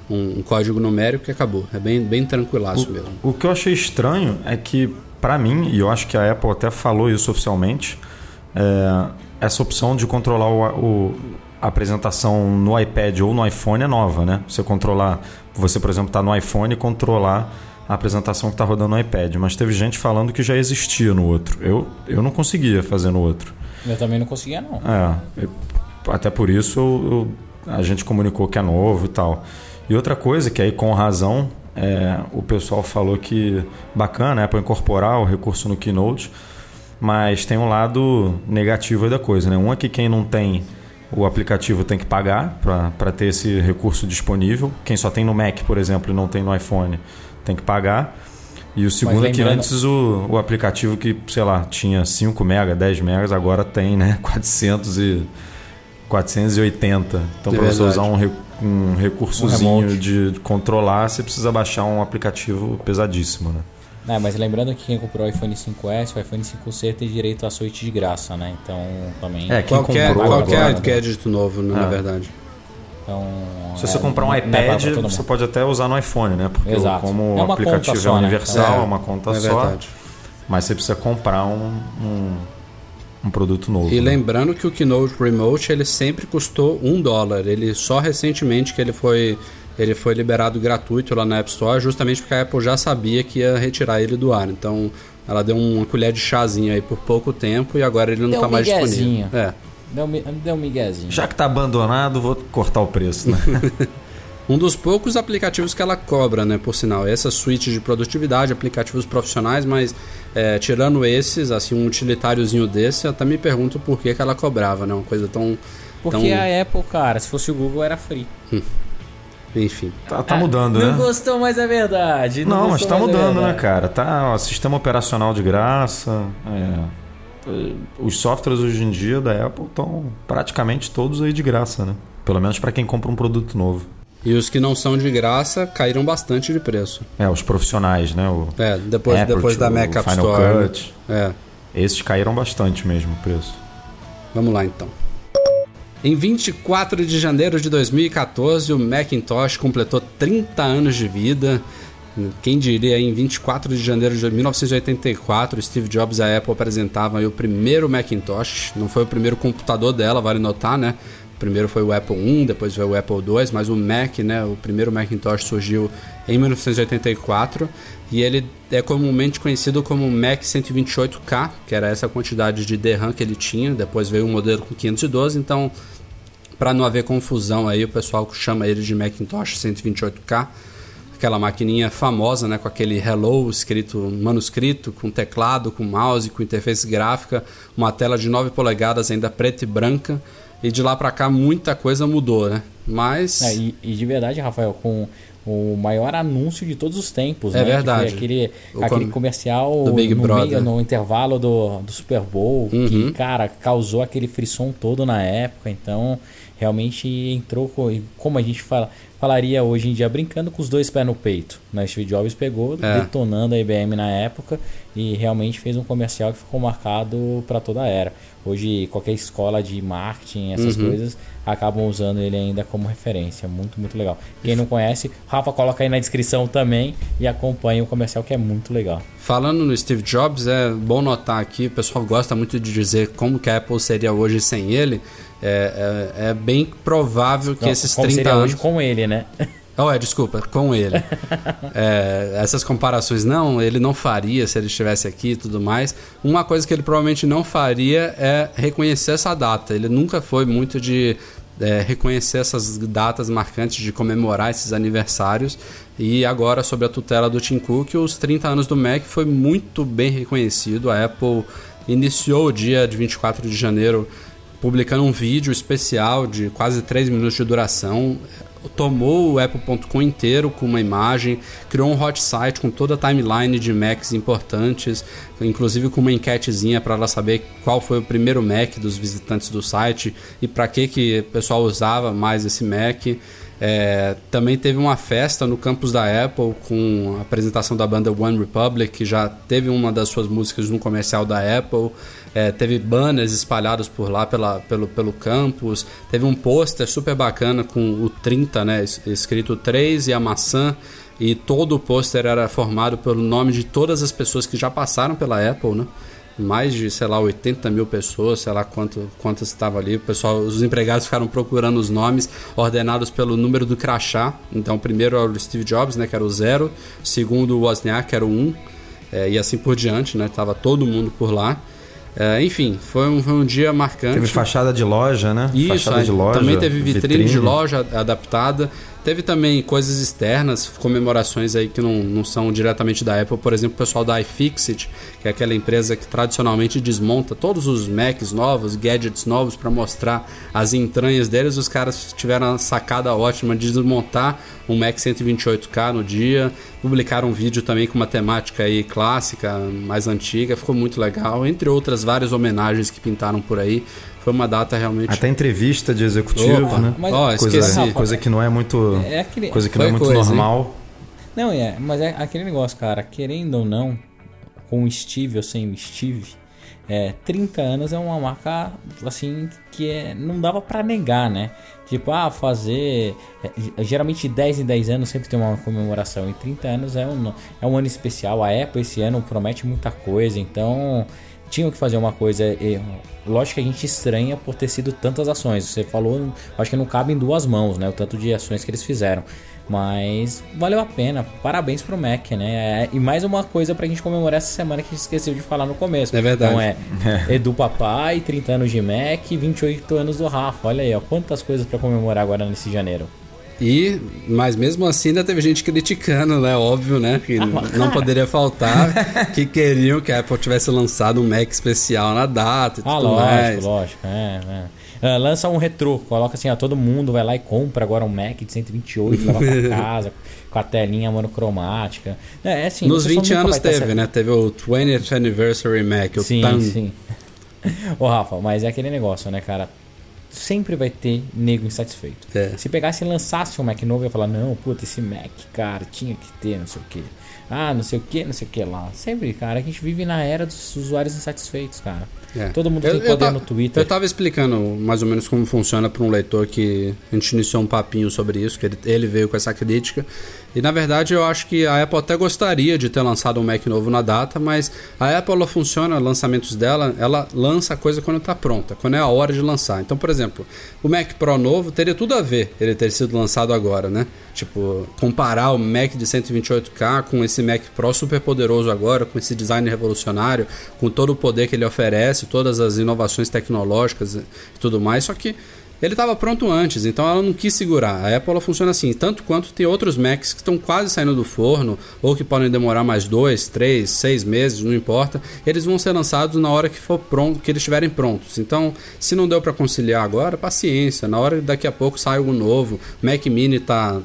Speaker 2: um, um código numérico e acabou. É bem, bem tranquilaço
Speaker 4: o,
Speaker 2: mesmo.
Speaker 4: O que eu achei estranho é que, para mim, e eu acho que a Apple até falou isso oficialmente, é, essa opção de controlar o, o, a apresentação no iPad ou no iPhone é nova, né? Você controlar, você, por exemplo, está no iPhone e controlar a apresentação que está rodando no iPad. Mas teve gente falando que já existia no outro. Eu, eu não conseguia fazer no outro.
Speaker 3: Eu também não conseguia, não.
Speaker 4: É, eu, até por isso eu, eu, a gente comunicou que é novo e tal. E outra coisa que aí com razão é, o pessoal falou que bacana, é para incorporar o recurso no Keynote, mas tem um lado negativo aí da coisa, né? Um é que quem não tem o aplicativo tem que pagar para ter esse recurso disponível. Quem só tem no Mac, por exemplo, e não tem no iPhone, tem que pagar. E o segundo lembrando... é que antes o, o aplicativo que, sei lá, tinha cinco megas, dez megas, agora tem, né, quatrocentos e oitenta. Então, é para você usar um, um recursozinho um de controlar, você precisa baixar um aplicativo pesadíssimo, né?
Speaker 3: É, mas lembrando que quem comprou o iPhone cinco S, o iPhone cinco C tem direito a Switch de graça, né? Então, também...
Speaker 2: É, quem qualquer, comprou qualquer agora, gadget novo, né, é. na verdade.
Speaker 3: Então,
Speaker 4: se você é, comprar um iPad, você pode até usar no iPhone, né? Porque
Speaker 3: Exato.
Speaker 4: como
Speaker 3: é
Speaker 4: o aplicativo
Speaker 3: só,
Speaker 4: é universal,
Speaker 3: né?
Speaker 4: é uma conta é só. Verdade. Mas você precisa comprar um, um, um produto novo.
Speaker 2: E
Speaker 4: né?
Speaker 2: lembrando que o Keynote Remote ele sempre custou um dólar. Ele só recentemente que ele foi, ele foi liberado gratuito lá na App Store, justamente porque a Apple já sabia que ia retirar ele do ar. Então ela deu uma colher de chazinho aí por pouco tempo e agora ele não está mais disponível. É.
Speaker 3: Deu, deu um miguezinho.
Speaker 4: Já que tá abandonado, vou cortar o preço, né?
Speaker 2: Um dos poucos aplicativos que ela cobra, né, por sinal. Essa suíte de produtividade, aplicativos profissionais, mas é, tirando esses, assim, um utilitáriozinho desse, eu até me pergunto por que, que ela cobrava, né? Uma coisa tão...
Speaker 3: Porque
Speaker 2: tão...
Speaker 3: a Apple, cara, se fosse o Google, era free.
Speaker 2: Hum. Enfim.
Speaker 4: Tá, tá mudando,
Speaker 3: não
Speaker 4: né?
Speaker 3: Não gostou, mas é verdade.
Speaker 4: Não, não mas tá mudando, né, cara? Tá, ó, sistema operacional de graça, é... Os softwares hoje em dia da Apple estão praticamente todos aí de graça, né? Pelo menos para quem compra um produto novo.
Speaker 2: E os que não são de graça caíram bastante de preço.
Speaker 4: É, os profissionais, né? O
Speaker 2: é, depois,
Speaker 4: Apple,
Speaker 2: depois da Mac App
Speaker 4: Final
Speaker 2: Store.
Speaker 4: Cut.
Speaker 2: É.
Speaker 4: Esses caíram bastante mesmo o preço.
Speaker 2: Vamos lá então. Em vinte e quatro de janeiro de dois mil e catorze, o Macintosh completou trinta anos de vida. Quem diria, em vinte e quatro de janeiro de mil novecentos e oitenta e quatro, Steve Jobs e a Apple apresentavam aí o primeiro Macintosh. Não foi o primeiro computador dela, vale notar, né? O primeiro foi o Apple um, depois veio o Apple dois, mas o Mac, né? O primeiro Macintosh surgiu em mil novecentos e oitenta e quatro e ele é comumente conhecido como Mac cento e vinte e oito K, que era essa quantidade de D RAM que ele tinha. Depois veio o modelo com quinhentos e doze, então, para não haver confusão aí, o pessoal chama ele de Macintosh cento e vinte e oito K. Aquela maquininha famosa, né, com aquele Hello escrito manuscrito, com teclado, com mouse, com interface gráfica, uma tela de nove polegadas ainda preta e branca, e de lá para cá muita coisa mudou, né? Mas...
Speaker 3: É, e, e de verdade, Rafael, com o maior anúncio de todos os tempos,
Speaker 2: é
Speaker 3: né?
Speaker 2: verdade.
Speaker 3: Aquele, aquele comercial
Speaker 2: do Big
Speaker 3: no,
Speaker 2: Brother.
Speaker 3: Meio, no intervalo do, do Super Bowl,
Speaker 2: uhum.
Speaker 3: que, cara, causou aquele frisson todo na época, então realmente entrou, como a gente fala, falaria hoje em dia, brincando com os dois pés no peito. Né? Steve Jobs pegou, é. detonando a I B M na época e realmente fez um comercial que ficou marcado para toda a era. Hoje, qualquer escola de marketing, essas uhum. coisas, acabam usando ele ainda como referência. Muito, muito legal. Quem não conhece, Rafa coloca aí na descrição também e acompanha o comercial, que é muito legal.
Speaker 2: Falando no Steve Jobs, é bom notar aqui, o pessoal gosta muito de dizer como que a Apple seria hoje sem ele. É, é, é bem provável que não, esses
Speaker 3: como
Speaker 2: trinta
Speaker 3: seria
Speaker 2: anos...
Speaker 3: hoje com ele, né?
Speaker 2: Oh, é, desculpa, com ele. É, essas comparações não, ele não faria se ele estivesse aqui e tudo mais. Uma coisa que ele provavelmente não faria é reconhecer essa data. Ele nunca foi muito de é, reconhecer essas datas marcantes, de comemorar esses aniversários. E agora, sob a tutela do Tim Cook, os trinta anos do Mac foi muito bem reconhecido. A Apple iniciou o dia de vinte e quatro de janeiro publicando um vídeo especial de quase três minutos de duração. Tomou o Apple ponto com inteiro com uma imagem, criou um hot site com toda a timeline de Macs importantes, inclusive com uma enquetezinha para ela saber qual foi o primeiro Mac dos visitantes do site e para que, que o pessoal usava mais esse Mac. É, também teve uma festa no campus da Apple com a apresentação da banda One Republic, que já teve uma das suas músicas no comercial da Apple. É, teve banners espalhados por lá pela, pelo, pelo campus. Teve um pôster super bacana com o trinta, né, escrito três e a maçã. E todo o pôster era formado pelo nome de todas as pessoas que já passaram pela Apple, né? Mais de, sei lá, oitenta mil pessoas, sei lá quanto, quantas estavam ali. O pessoal, os empregados ficaram procurando os nomes ordenados pelo número do crachá. Então, o primeiro era o Steve Jobs, né, que era o zero. O segundo, o Wozniak, que era o um. É, e assim por diante, né? Tava todo mundo por lá. É, enfim, foi um, foi um dia marcante.
Speaker 4: Teve fachada de loja, né?
Speaker 2: Isso,
Speaker 4: fachada de loja,
Speaker 2: também teve vitrine,
Speaker 4: vitrine
Speaker 2: de loja adaptada. Teve também coisas externas, comemorações aí que não, não são diretamente da Apple. Por exemplo, o pessoal da iFixit, que é aquela empresa que tradicionalmente desmonta todos os Macs novos, gadgets novos para mostrar as entranhas deles. Os caras tiveram a sacada ótima de desmontar um Mac cento e vinte e oito K no dia. Publicaram um vídeo também com uma temática aí clássica, mais antiga. Ficou muito legal, entre outras várias homenagens que pintaram por aí. Foi uma data realmente...
Speaker 4: Até entrevista de executivo,
Speaker 2: Opa,
Speaker 4: né?
Speaker 2: Mas, oh,
Speaker 4: coisa,
Speaker 2: esqueci.
Speaker 4: coisa que não é muito,
Speaker 3: é aquele,
Speaker 4: coisa que não é muito
Speaker 2: coisa,
Speaker 4: normal.
Speaker 3: Hein? Não, é, mas é aquele negócio, cara. Querendo ou não, com o Steve ou sem o Steve, é, trinta anos é uma marca, assim, que é, não dava pra negar, né? Tipo, ah, fazer... É, geralmente dez em dez anos sempre tem uma comemoração. E trinta anos é um, é um ano especial. A Apple esse ano promete muita coisa, então... Tinham que fazer uma coisa, e, lógico que a gente estranha por ter sido tantas ações. Você falou, acho que não cabe em duas mãos, né? O tanto de ações que eles fizeram. Mas valeu a pena. Parabéns pro Mac, né? E mais uma coisa pra gente comemorar essa semana que a gente esqueceu de falar no começo.
Speaker 2: É verdade.
Speaker 3: Então é Edu Papai, trinta anos de Mac e vinte e oito anos do Rafa. Olha aí, ó, quantas coisas pra comemorar agora nesse janeiro.
Speaker 2: E, mas mesmo assim ainda teve gente criticando, né? Óbvio, né? Que ah, não poderia faltar, que queriam que a Apple tivesse lançado um Mac especial na data e
Speaker 3: ah,
Speaker 2: tudo
Speaker 3: lógico,
Speaker 2: mais.
Speaker 3: lógico, é, é. Uh, lança um retrô, coloca assim, ó, todo mundo vai lá e compra agora um Mac de cento e vinte e oito, leva pra casa, com a telinha monocromática. É, é assim,
Speaker 2: nos vinte anos teve, tá né? Teve o twentieth Anniversary Mac, o
Speaker 3: sim,
Speaker 2: Tan.
Speaker 3: Sim, Ô, Rafa, mas é aquele negócio, né, cara? Sempre vai ter nego insatisfeito.
Speaker 2: É.
Speaker 3: Se pegasse e lançasse um Mac novo, eu ia falar, não, puta, esse Mac, cara, tinha que ter, não sei o que. Ah, não sei o que, não sei o que lá. Sempre, cara, a gente vive na era dos usuários insatisfeitos, cara. É. Todo mundo tem eu, poder eu no Twitter.
Speaker 2: Eu tava explicando mais ou menos como funciona para um leitor que a gente iniciou um papinho sobre isso, que ele, ele veio com essa crítica. E na verdade eu acho que a Apple até gostaria de ter lançado um Mac novo na data, mas a Apple ela funciona, lançamentos dela, ela lança a coisa quando está pronta, quando é a hora de lançar. Então, por exemplo, o Mac Pro novo teria tudo a ver ele ter sido lançado agora, né? Tipo, comparar o Mac de cento e vinte e oito K com esse Mac Pro super poderoso agora, com esse design revolucionário, com todo o poder que ele oferece, todas as inovações tecnológicas e tudo mais, só que ele estava pronto antes, então ela não quis segurar. A Apple ela funciona assim, tanto quanto tem outros Macs que estão quase saindo do forno, ou que podem demorar mais dois, três, seis meses, não importa. Eles vão ser lançados na hora que for pronto, que eles estiverem prontos. Então, se não deu para conciliar agora, paciência. Na hora que daqui a pouco sai algo novo, o Mac Mini está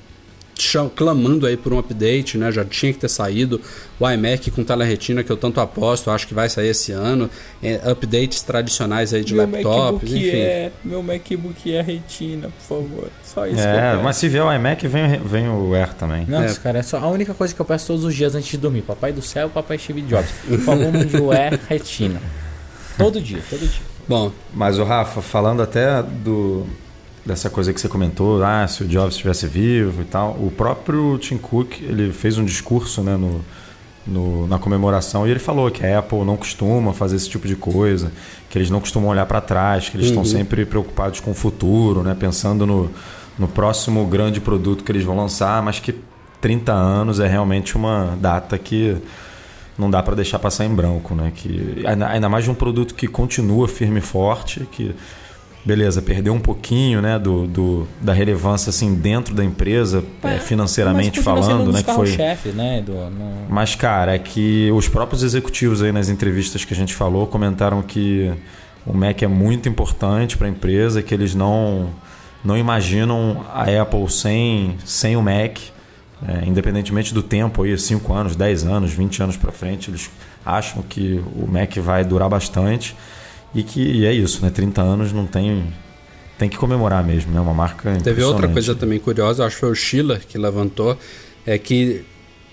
Speaker 2: clamando aí por um update, né? Já tinha que ter saído. O iMac com tela retina, que eu tanto aposto, acho que vai sair esse ano. É, updates tradicionais aí de
Speaker 3: meu
Speaker 2: laptops,
Speaker 3: MacBook
Speaker 2: enfim.
Speaker 3: É, meu MacBook é retina, por favor. Só isso.
Speaker 4: É, mas se vier o iMac, vem, vem o Air também.
Speaker 3: Nossa, é. cara, é só a única coisa que eu peço todos os dias antes de dormir. Papai do céu, papai Steve Jobs. Por favor, mande o Air retina. Todo dia, todo dia.
Speaker 2: Bom,
Speaker 4: mas o Rafa, falando até do... dessa coisa que você comentou, ah, se o Jobs estivesse vivo e tal. O próprio Tim Cook, ele fez um discurso, né, no, no, na comemoração, e ele falou que a Apple não costuma fazer esse tipo de coisa, que eles não costumam olhar para trás, que eles uhum. estão sempre preocupados com o futuro, né, pensando no, no próximo grande produto que eles vão lançar, mas que trinta anos é realmente uma data que não dá para deixar passar em branco, né, que, ainda mais de um produto que continua firme e forte, que beleza, perdeu um pouquinho, né, do, do, da relevância assim, dentro da empresa, é, financeiramente falando, né, que foi
Speaker 3: chefe, né, do, no...
Speaker 4: Mas, cara, é que os próprios executivos aí nas entrevistas que a gente falou comentaram que o Mac é muito importante para a empresa, que eles não, não imaginam a Apple sem, sem o Mac, é, independentemente do tempo, aí, cinco anos, dez anos, vinte anos para frente, eles acham que o Mac vai durar bastante. E que e é isso, né? trinta anos não tem... Tem que comemorar mesmo, né? Uma marca impressionante.
Speaker 2: Teve outra coisa também curiosa, acho que foi o Schiller que levantou, é que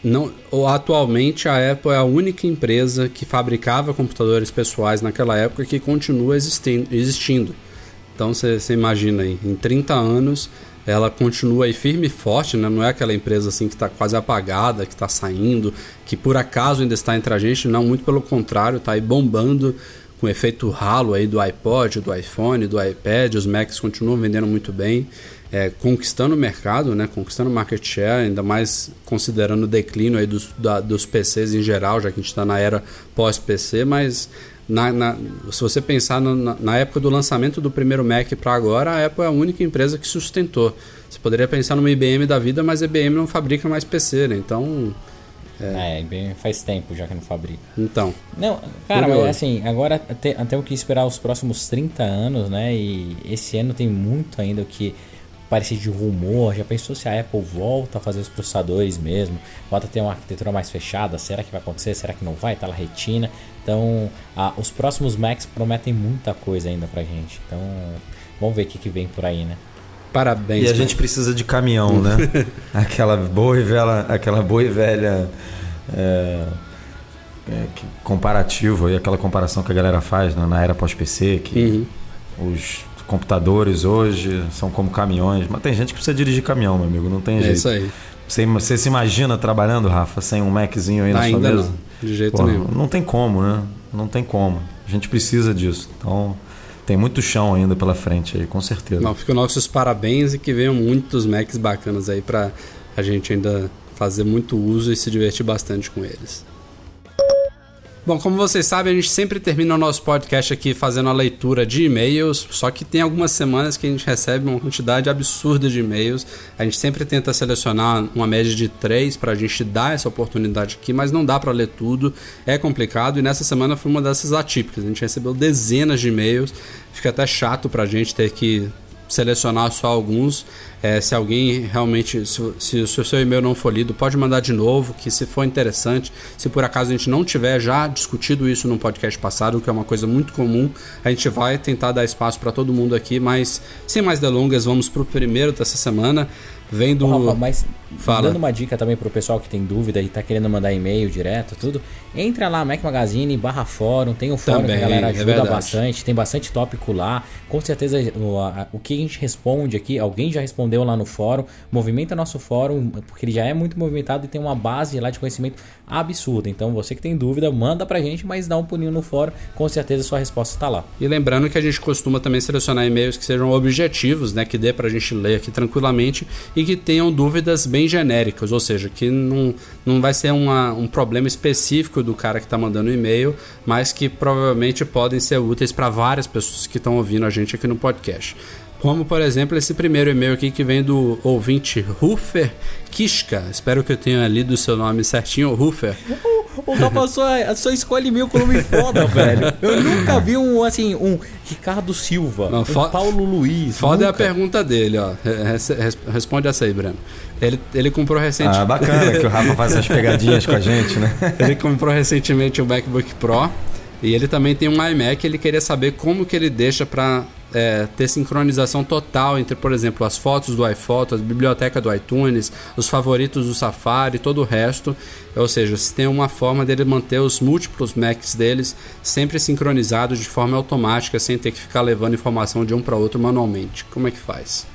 Speaker 2: não, atualmente a Apple é a única empresa que fabricava computadores pessoais naquela época que continua existindo. existindo. Então você imagina aí, em trinta anos ela continua aí firme e forte, né? Não é aquela empresa assim que está quase apagada, que está saindo, que por acaso ainda está entre a gente, não, muito pelo contrário, está aí bombando com efeito halo aí do iPod, do iPhone, do iPad, os Macs continuam vendendo muito bem. É, conquistando o mercado, né, conquistando market share, ainda mais considerando o declínio aí dos, da, dos P Cs em geral, já que a gente está na era pós-P C, mas na, na, se você pensar na, na época do lançamento do primeiro Mac para agora, a Apple é a única empresa que sustentou. Você poderia pensar numa I B M da vida, mas a I B M não fabrica mais P C, né? Então...
Speaker 3: É, é, I B M faz tempo já que não fabrica.
Speaker 2: Então.
Speaker 3: Não, cara, mas assim, agora te, temos que esperar os próximos trinta anos, né? E esse ano tem muito ainda o que parecer de rumor. Já pensou se a Apple volta a fazer os processadores mesmo? Volta a ter uma arquitetura mais fechada? Será que vai acontecer? Será que não vai? Tá lá retina. Então, ah, os próximos Macs prometem muita coisa ainda pra gente. Então, vamos ver o que, que vem por aí, né?
Speaker 2: Parabéns.
Speaker 4: E a gente precisa de caminhão, né? aquela boa e velha, aquela boa e velha é, é, que, comparativo, e aquela comparação que a galera faz, né, na era pós-P C, que uhum. os computadores hoje são como caminhões, mas tem gente que precisa dirigir caminhão, meu amigo, não tem
Speaker 2: é
Speaker 4: jeito.
Speaker 2: Isso aí.
Speaker 4: Você, você se imagina trabalhando, Rafa, sem um Maczinho aí na
Speaker 2: Ainda
Speaker 4: sua mesa?
Speaker 2: Não, de jeito
Speaker 4: Pô,
Speaker 2: nenhum.
Speaker 4: Não tem como, né? Não tem como. A gente precisa disso. Então, tem muito chão ainda pela frente aí, com certeza.
Speaker 2: Não, fica nossos parabéns e que venham muitos Macs bacanas aí pra a gente ainda fazer muito uso e se divertir bastante com eles. Bom, como vocês sabem, a gente sempre termina o nosso podcast aqui fazendo a leitura de e-mails, só que tem algumas semanas que a gente recebe uma quantidade absurda de e-mails. A gente sempre tenta selecionar uma média de três para a gente dar essa oportunidade aqui, mas não dá para ler tudo, é complicado, e nessa semana foi uma dessas atípicas. A gente recebeu dezenas de e-mails, fica até chato para a gente ter que selecionar só alguns. É, se alguém realmente, se, se, se o seu e-mail não for lido, pode mandar de novo, que se for interessante, se por acaso a gente não tiver já discutido isso no podcast passado, que é uma coisa muito comum, a gente vai tentar dar espaço para todo mundo aqui, mas sem mais delongas, vamos pro primeiro dessa semana. Vem do...
Speaker 3: Ô, Rafa, mas
Speaker 2: Fala.
Speaker 3: Dando uma dica também pro pessoal que tem dúvida e tá querendo mandar e-mail direto, tudo, entra lá, Mac Magazine, barra fórum, tem um fórum também, que a galera ajuda é bastante, tem bastante tópico lá, com certeza o, a, o que a gente responde aqui, alguém já respondeu lá no fórum, movimenta nosso fórum, porque ele já é muito movimentado e tem uma base lá de conhecimento absurda, então você que tem dúvida, manda pra gente, mas dá um pulinho no fórum, com certeza sua resposta tá lá.
Speaker 2: E lembrando que a gente costuma também selecionar e-mails que sejam objetivos, né, que dê pra gente ler aqui tranquilamente e que tenham dúvidas bem genéricas, ou seja, que não, não vai ser uma, um problema específico do cara que está mandando o e-mail, mas que provavelmente podem ser úteis para várias pessoas que estão ouvindo a gente aqui no podcast. Como, por exemplo, esse primeiro e-mail aqui que vem do ouvinte Rufer Kishka. Espero que eu tenha lido o seu nome certinho, Rufer.
Speaker 3: O Rafa só, só escolhe mil com nome foda, velho. Eu nunca vi um, assim, um Ricardo Silva,
Speaker 2: Não,
Speaker 3: um
Speaker 2: fo-
Speaker 3: Paulo Luiz.
Speaker 2: Foda
Speaker 3: nunca.
Speaker 2: é a pergunta dele, ó. Res- responde essa aí, Breno. Ele, ele comprou recentemente...
Speaker 4: Ah, bacana que o Rafa faz essas pegadinhas com a gente, né?
Speaker 2: Ele comprou recentemente o MacBook Pro e ele também tem um iMac. Ele queria saber como que ele deixa para é, ter sincronização total entre, por exemplo, as fotos do iPhoto, a biblioteca do iTunes, os favoritos do Safari, todo o resto. Ou seja, se tem uma forma dele manter os múltiplos Macs deles sempre sincronizados de forma automática, sem ter que ficar levando informação de um para outro manualmente. Como é que faz?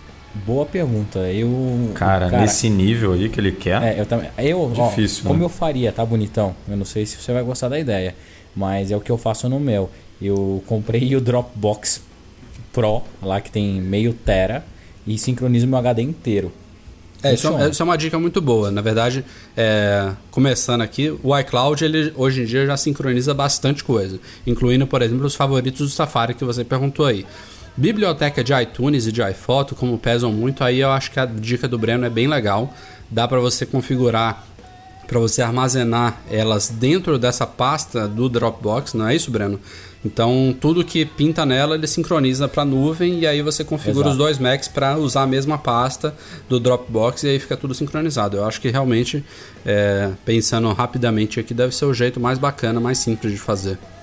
Speaker 3: Boa pergunta. Eu,
Speaker 4: cara, cara, nesse nível aí que ele quer.
Speaker 3: É, eu também. Eu,
Speaker 4: difícil,
Speaker 3: ó, como
Speaker 4: né?
Speaker 3: eu faria, tá, bonitão? Eu não sei se você vai gostar da ideia, mas é o que eu faço no meu. Eu comprei o Dropbox Pro, lá que tem meio tera, e sincronizo meu H D inteiro.
Speaker 2: É, isso, é, isso é uma dica muito boa. Na verdade, é, começando aqui, o iCloud ele, hoje em dia já sincroniza bastante coisa, incluindo, por exemplo, os favoritos do Safari que você perguntou aí. Biblioteca de iTunes e de iPhoto, como pesam muito, aí eu acho que a dica do Breno é bem legal. Dá para você configurar, para você armazenar elas dentro dessa pasta do Dropbox, não é isso, Breno? Então, tudo que pinta nela, ele sincroniza para a nuvem e aí você configura Exato. Os dois Macs para usar a mesma pasta do Dropbox e aí fica tudo sincronizado. Eu acho que realmente, é, pensando rapidamente aqui, deve ser o jeito mais bacana, mais simples de fazer.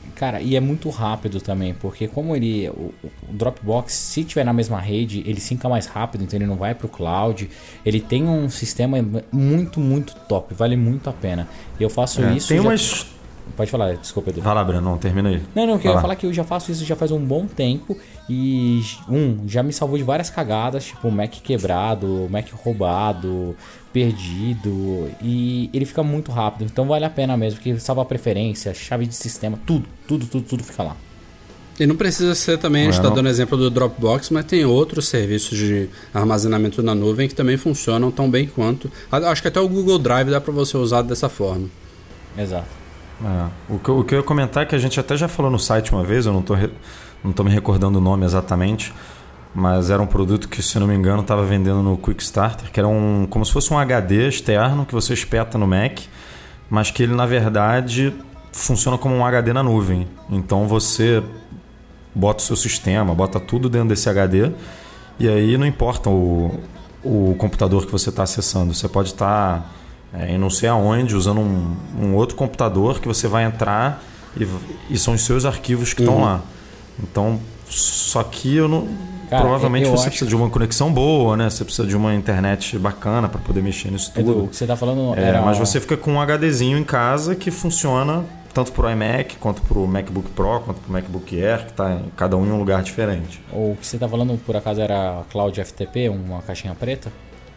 Speaker 3: Cara, e é muito rápido também, porque como ele, o, o Dropbox, se tiver na mesma rede, ele sinca mais rápido, então ele não vai pro cloud. Ele tem um sistema muito, muito top, vale muito a pena. Eu faço
Speaker 4: é,
Speaker 3: isso...
Speaker 4: Tem
Speaker 3: já...
Speaker 4: umas...
Speaker 3: Pode falar, desculpa, Edu.
Speaker 4: Vai lá, Breno, não, termina aí.
Speaker 3: Não, não, eu queria falar que eu já faço isso já faz um bom tempo e, um, já me salvou de várias cagadas, tipo Mac quebrado, Mac roubado, perdido, e ele fica muito rápido, então vale a pena mesmo, porque salva a preferência, chave de sistema, tudo, tudo, tudo, tudo fica lá.
Speaker 2: E não precisa ser também, a gente está dando exemplo do Dropbox, mas tem outros serviços de armazenamento na nuvem que também funcionam tão bem quanto. Acho que até o Google Drive dá para você usar dessa forma.
Speaker 3: Exato.
Speaker 4: É, o, que, o que eu ia comentar é que a gente até já falou no site uma vez, eu não estou não tô me recordando o nome exatamente, mas era um produto que, se não me engano, estava vendendo no Quick Starter, que era um, como se fosse um H D externo que você espeta no Mac, mas que ele, na verdade, funciona como um H D na nuvem. Então você bota o seu sistema, bota tudo dentro desse H D, e aí não importa o, o computador que você está acessando, você pode estar... Tá É, em não sei aonde, usando um, um outro computador que você vai entrar e, e são os seus arquivos que estão uhum. lá. Então, só que eu não, Cara, provavelmente eu você precisa que... de uma conexão boa, né? Você precisa de uma internet bacana para poder mexer nisso tudo.
Speaker 3: Edu, o que você está falando
Speaker 4: é,
Speaker 3: era...
Speaker 4: Mas você fica com um HDzinho em casa que funciona tanto para o iMac, quanto para o MacBook Pro, quanto para o MacBook Air, que está cada um em um lugar diferente.
Speaker 3: O que você está falando, por acaso, era Cloud F T P, uma caixinha preta?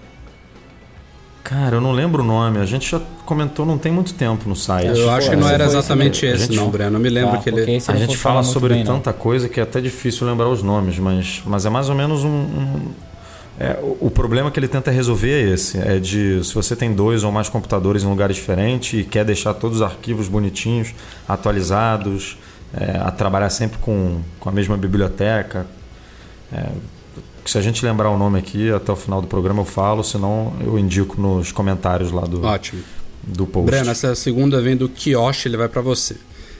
Speaker 4: Cara, eu não lembro o nome. A gente já comentou não tem muito tempo no site.
Speaker 2: Eu acho que não era exatamente esse,
Speaker 4: gente,
Speaker 2: não, Breno. Eu me lembro
Speaker 3: tá,
Speaker 2: que ele...
Speaker 4: A gente fala sobre bem, tanta coisa que é até difícil lembrar os nomes, mas, mas é mais ou menos um... um é, o, o problema que ele tenta resolver é esse. É de, se você tem dois ou mais computadores em lugares diferentes e quer deixar todos os arquivos bonitinhos, atualizados, é, a trabalhar sempre com, com a mesma biblioteca... É, se a gente lembrar o nome aqui, até o final do programa eu falo, senão eu indico nos comentários lá do,
Speaker 2: Ótimo.
Speaker 4: do post.
Speaker 2: Breno, essa segunda vem do Kiosh, ele vai para você.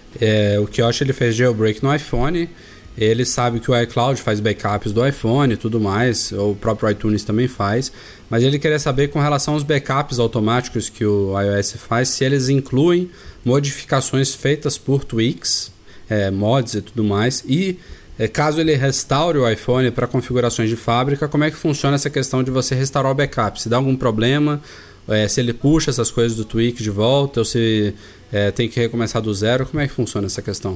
Speaker 2: É, o Kiosh ele fez jailbreak no iPhone, ele sabe que o iCloud faz backups do iPhone e tudo mais, o próprio iTunes também faz, mas ele queria saber com relação aos backups automáticos que o iOS faz, se eles incluem modificações feitas por tweaks, é, mods e tudo mais, e... caso ele restaure o iPhone para configurações de fábrica, como é que funciona essa questão de você restaurar o backup? Se dá algum problema, é, se ele puxa essas coisas do tweak de volta, ou se é, tem que recomeçar do zero, como é que funciona essa questão?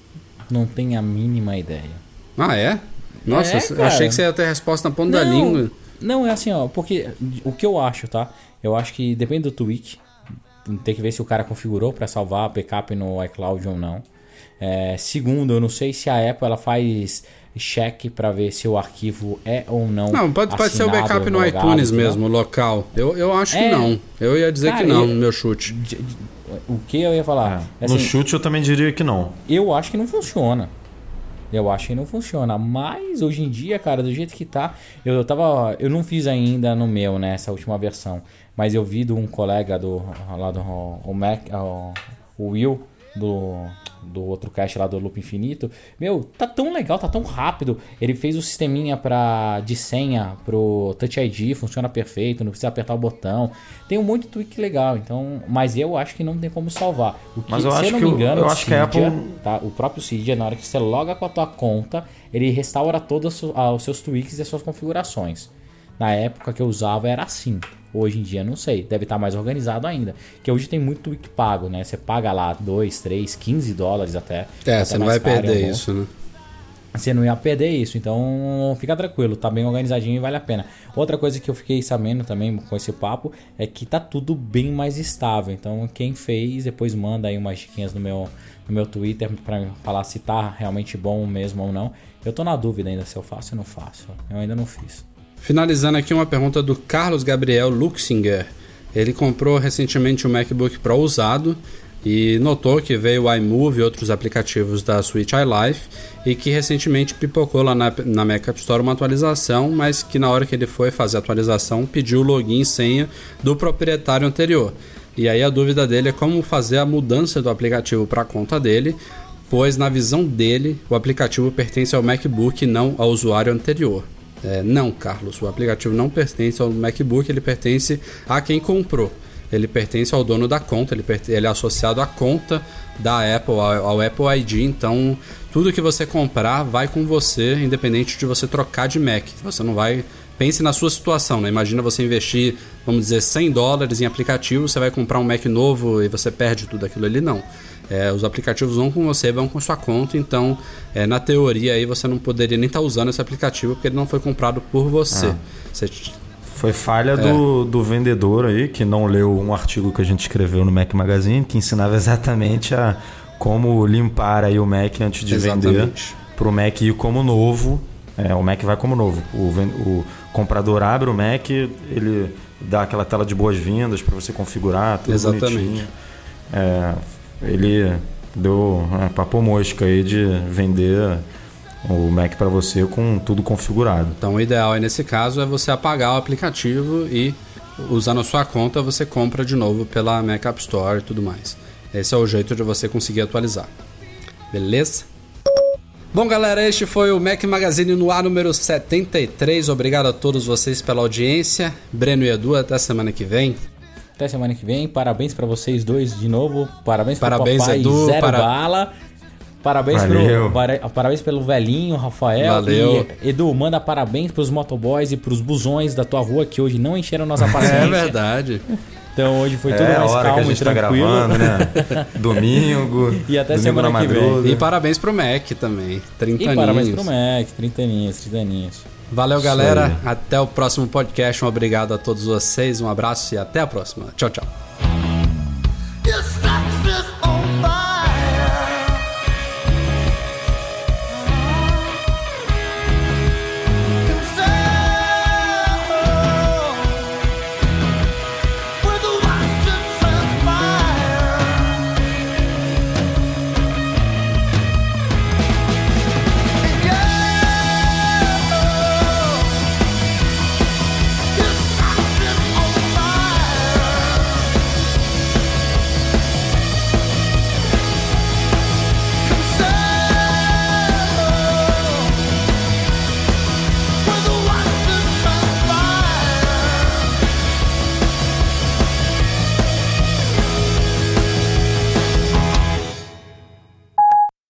Speaker 3: Não tenho a mínima ideia.
Speaker 2: Ah, é? Nossa,
Speaker 3: é,
Speaker 2: eu achei que você ia ter a resposta na ponta não, da língua.
Speaker 3: Não, é assim, ó, porque o que eu acho, tá? Eu acho que depende do tweak, tem que ver se o cara configurou para salvar backup no iCloud ou não. É, segundo, eu não sei se a Apple ela faz check para ver se o arquivo é ou não.
Speaker 2: Não, pode, pode ser o backup no logado, iTunes mesmo, local. Eu, eu acho é, que não. Eu ia dizer cara, que não, eu, no meu chute.
Speaker 3: O que eu ia falar?
Speaker 4: É, assim, no chute eu também diria que não.
Speaker 3: Eu acho que não funciona. Eu acho que não funciona. Mas hoje em dia, cara, do jeito que tá. Eu, eu tava. Eu não fiz ainda no meu, né? Essa última versão. Mas eu vi de um colega do. Lá do. O Mac. O, o Will. Do. Do outro cast lá do Loop Infinito. Meu, tá tão legal, tá tão rápido. Ele fez o sisteminha pra, de senha pro Touch I D, funciona perfeito, não precisa apertar o botão. Tem um monte de tweak legal, então, mas eu acho que não tem como salvar. O que,
Speaker 4: mas eu
Speaker 3: se
Speaker 4: acho
Speaker 3: eu não
Speaker 4: que
Speaker 3: me engano,
Speaker 4: eu, eu acho
Speaker 3: Cydia,
Speaker 4: que a Apple...
Speaker 3: tá, o próprio Cydia, na hora que você loga com a tua conta, ele restaura todos os seus tweaks e as suas configurações. Na época que eu usava era assim. Hoje em dia não sei, deve estar mais organizado ainda. Que hoje tem muito tweak pago, né? Você paga lá dois, três, quinze dólares até.
Speaker 2: É, você não vai perder isso, né?
Speaker 3: Você não ia perder isso, então fica tranquilo, tá bem organizadinho e vale a pena. Outra coisa que eu fiquei sabendo também com esse papo é que tá tudo bem mais estável. Então quem fez, depois manda aí umas diquinhas no meu, no meu Twitter pra falar se tá realmente bom mesmo ou não. Eu tô na dúvida ainda se eu faço ou não faço. Eu ainda não fiz.
Speaker 2: Finalizando aqui uma pergunta do Carlos Gabriel Luxinger. Ele comprou recentemente um MacBook Pro usado e notou que veio o iMovie e outros aplicativos da suíte iLife e que recentemente pipocou lá na, na Mac App Store uma atualização, mas que na hora que ele foi fazer a atualização pediu o login e senha do proprietário anterior. E aí a dúvida dele é como fazer a mudança do aplicativo para a conta dele, pois na visão dele o aplicativo pertence ao MacBook e não ao usuário anterior. É, não, Carlos, o aplicativo não pertence ao MacBook, ele pertence a quem comprou. ele pertence ao dono da conta, ele, ele é associado à conta da Apple, ao, ao Apple I D, então tudo que você comprar vai com você, independente de você trocar de Mac. Você não vai... Pense na sua situação, né? Imagina você investir, vamos dizer, cem dólares em aplicativo, você vai comprar um Mac novo e você perde tudo aquilo ali, não. É, os aplicativos vão com você, vão com sua conta, então, é, na teoria, aí você não poderia nem estar tá usando esse aplicativo porque ele não foi comprado por você. Ah. você
Speaker 4: Foi falha é. do, do vendedor aí, que não leu um artigo que a gente escreveu no Mac Magazine, que ensinava exatamente a como limpar aí o Mac antes de exatamente. vender para o Mac ir como novo. É, o Mac vai como novo. O, o comprador abre o Mac, ele dá aquela tela de boas-vindas para você configurar, tudo
Speaker 2: exatamente.
Speaker 4: bonitinho. É, ele deu é, papo mosca aí de vender o Mac para você com tudo configurado.
Speaker 2: Então o ideal aí nesse caso é você apagar o aplicativo e usando a sua conta você compra de novo pela Mac App Store e tudo mais. Esse é o jeito de você conseguir atualizar. Beleza? Bom, galera, este foi o Mac Magazine no ar número setenta e três. Obrigado a todos vocês pela audiência. Breno e Edu, até semana que vem.
Speaker 3: Até semana que vem. Parabéns pra vocês dois de novo. Parabéns,
Speaker 2: Parabéns
Speaker 3: pro papai
Speaker 2: Edu,
Speaker 3: Zero
Speaker 2: para...
Speaker 3: Bala. Parabéns pelo, para, parabéns pelo velhinho, Rafael.
Speaker 2: Valeu.
Speaker 3: E, Edu, manda parabéns pros motoboys e pros busões da tua rua que hoje não encheram nossa paciência.
Speaker 2: É verdade.
Speaker 3: Então hoje foi tudo
Speaker 4: é,
Speaker 3: mais
Speaker 4: a hora
Speaker 3: calmo
Speaker 4: que a gente
Speaker 3: e tranquilo.
Speaker 4: Tá gravando, né? Domingo.
Speaker 3: E até
Speaker 4: domingo
Speaker 3: semana que vem.
Speaker 2: E parabéns pro Mac também. trinta
Speaker 3: e
Speaker 2: aninhos.
Speaker 3: parabéns pro Mac, trinta aninhos, trinta aninhos.
Speaker 2: Valeu, galera. Até o próximo podcast. Um obrigado a todos vocês. Um abraço e até a próxima. Tchau, tchau.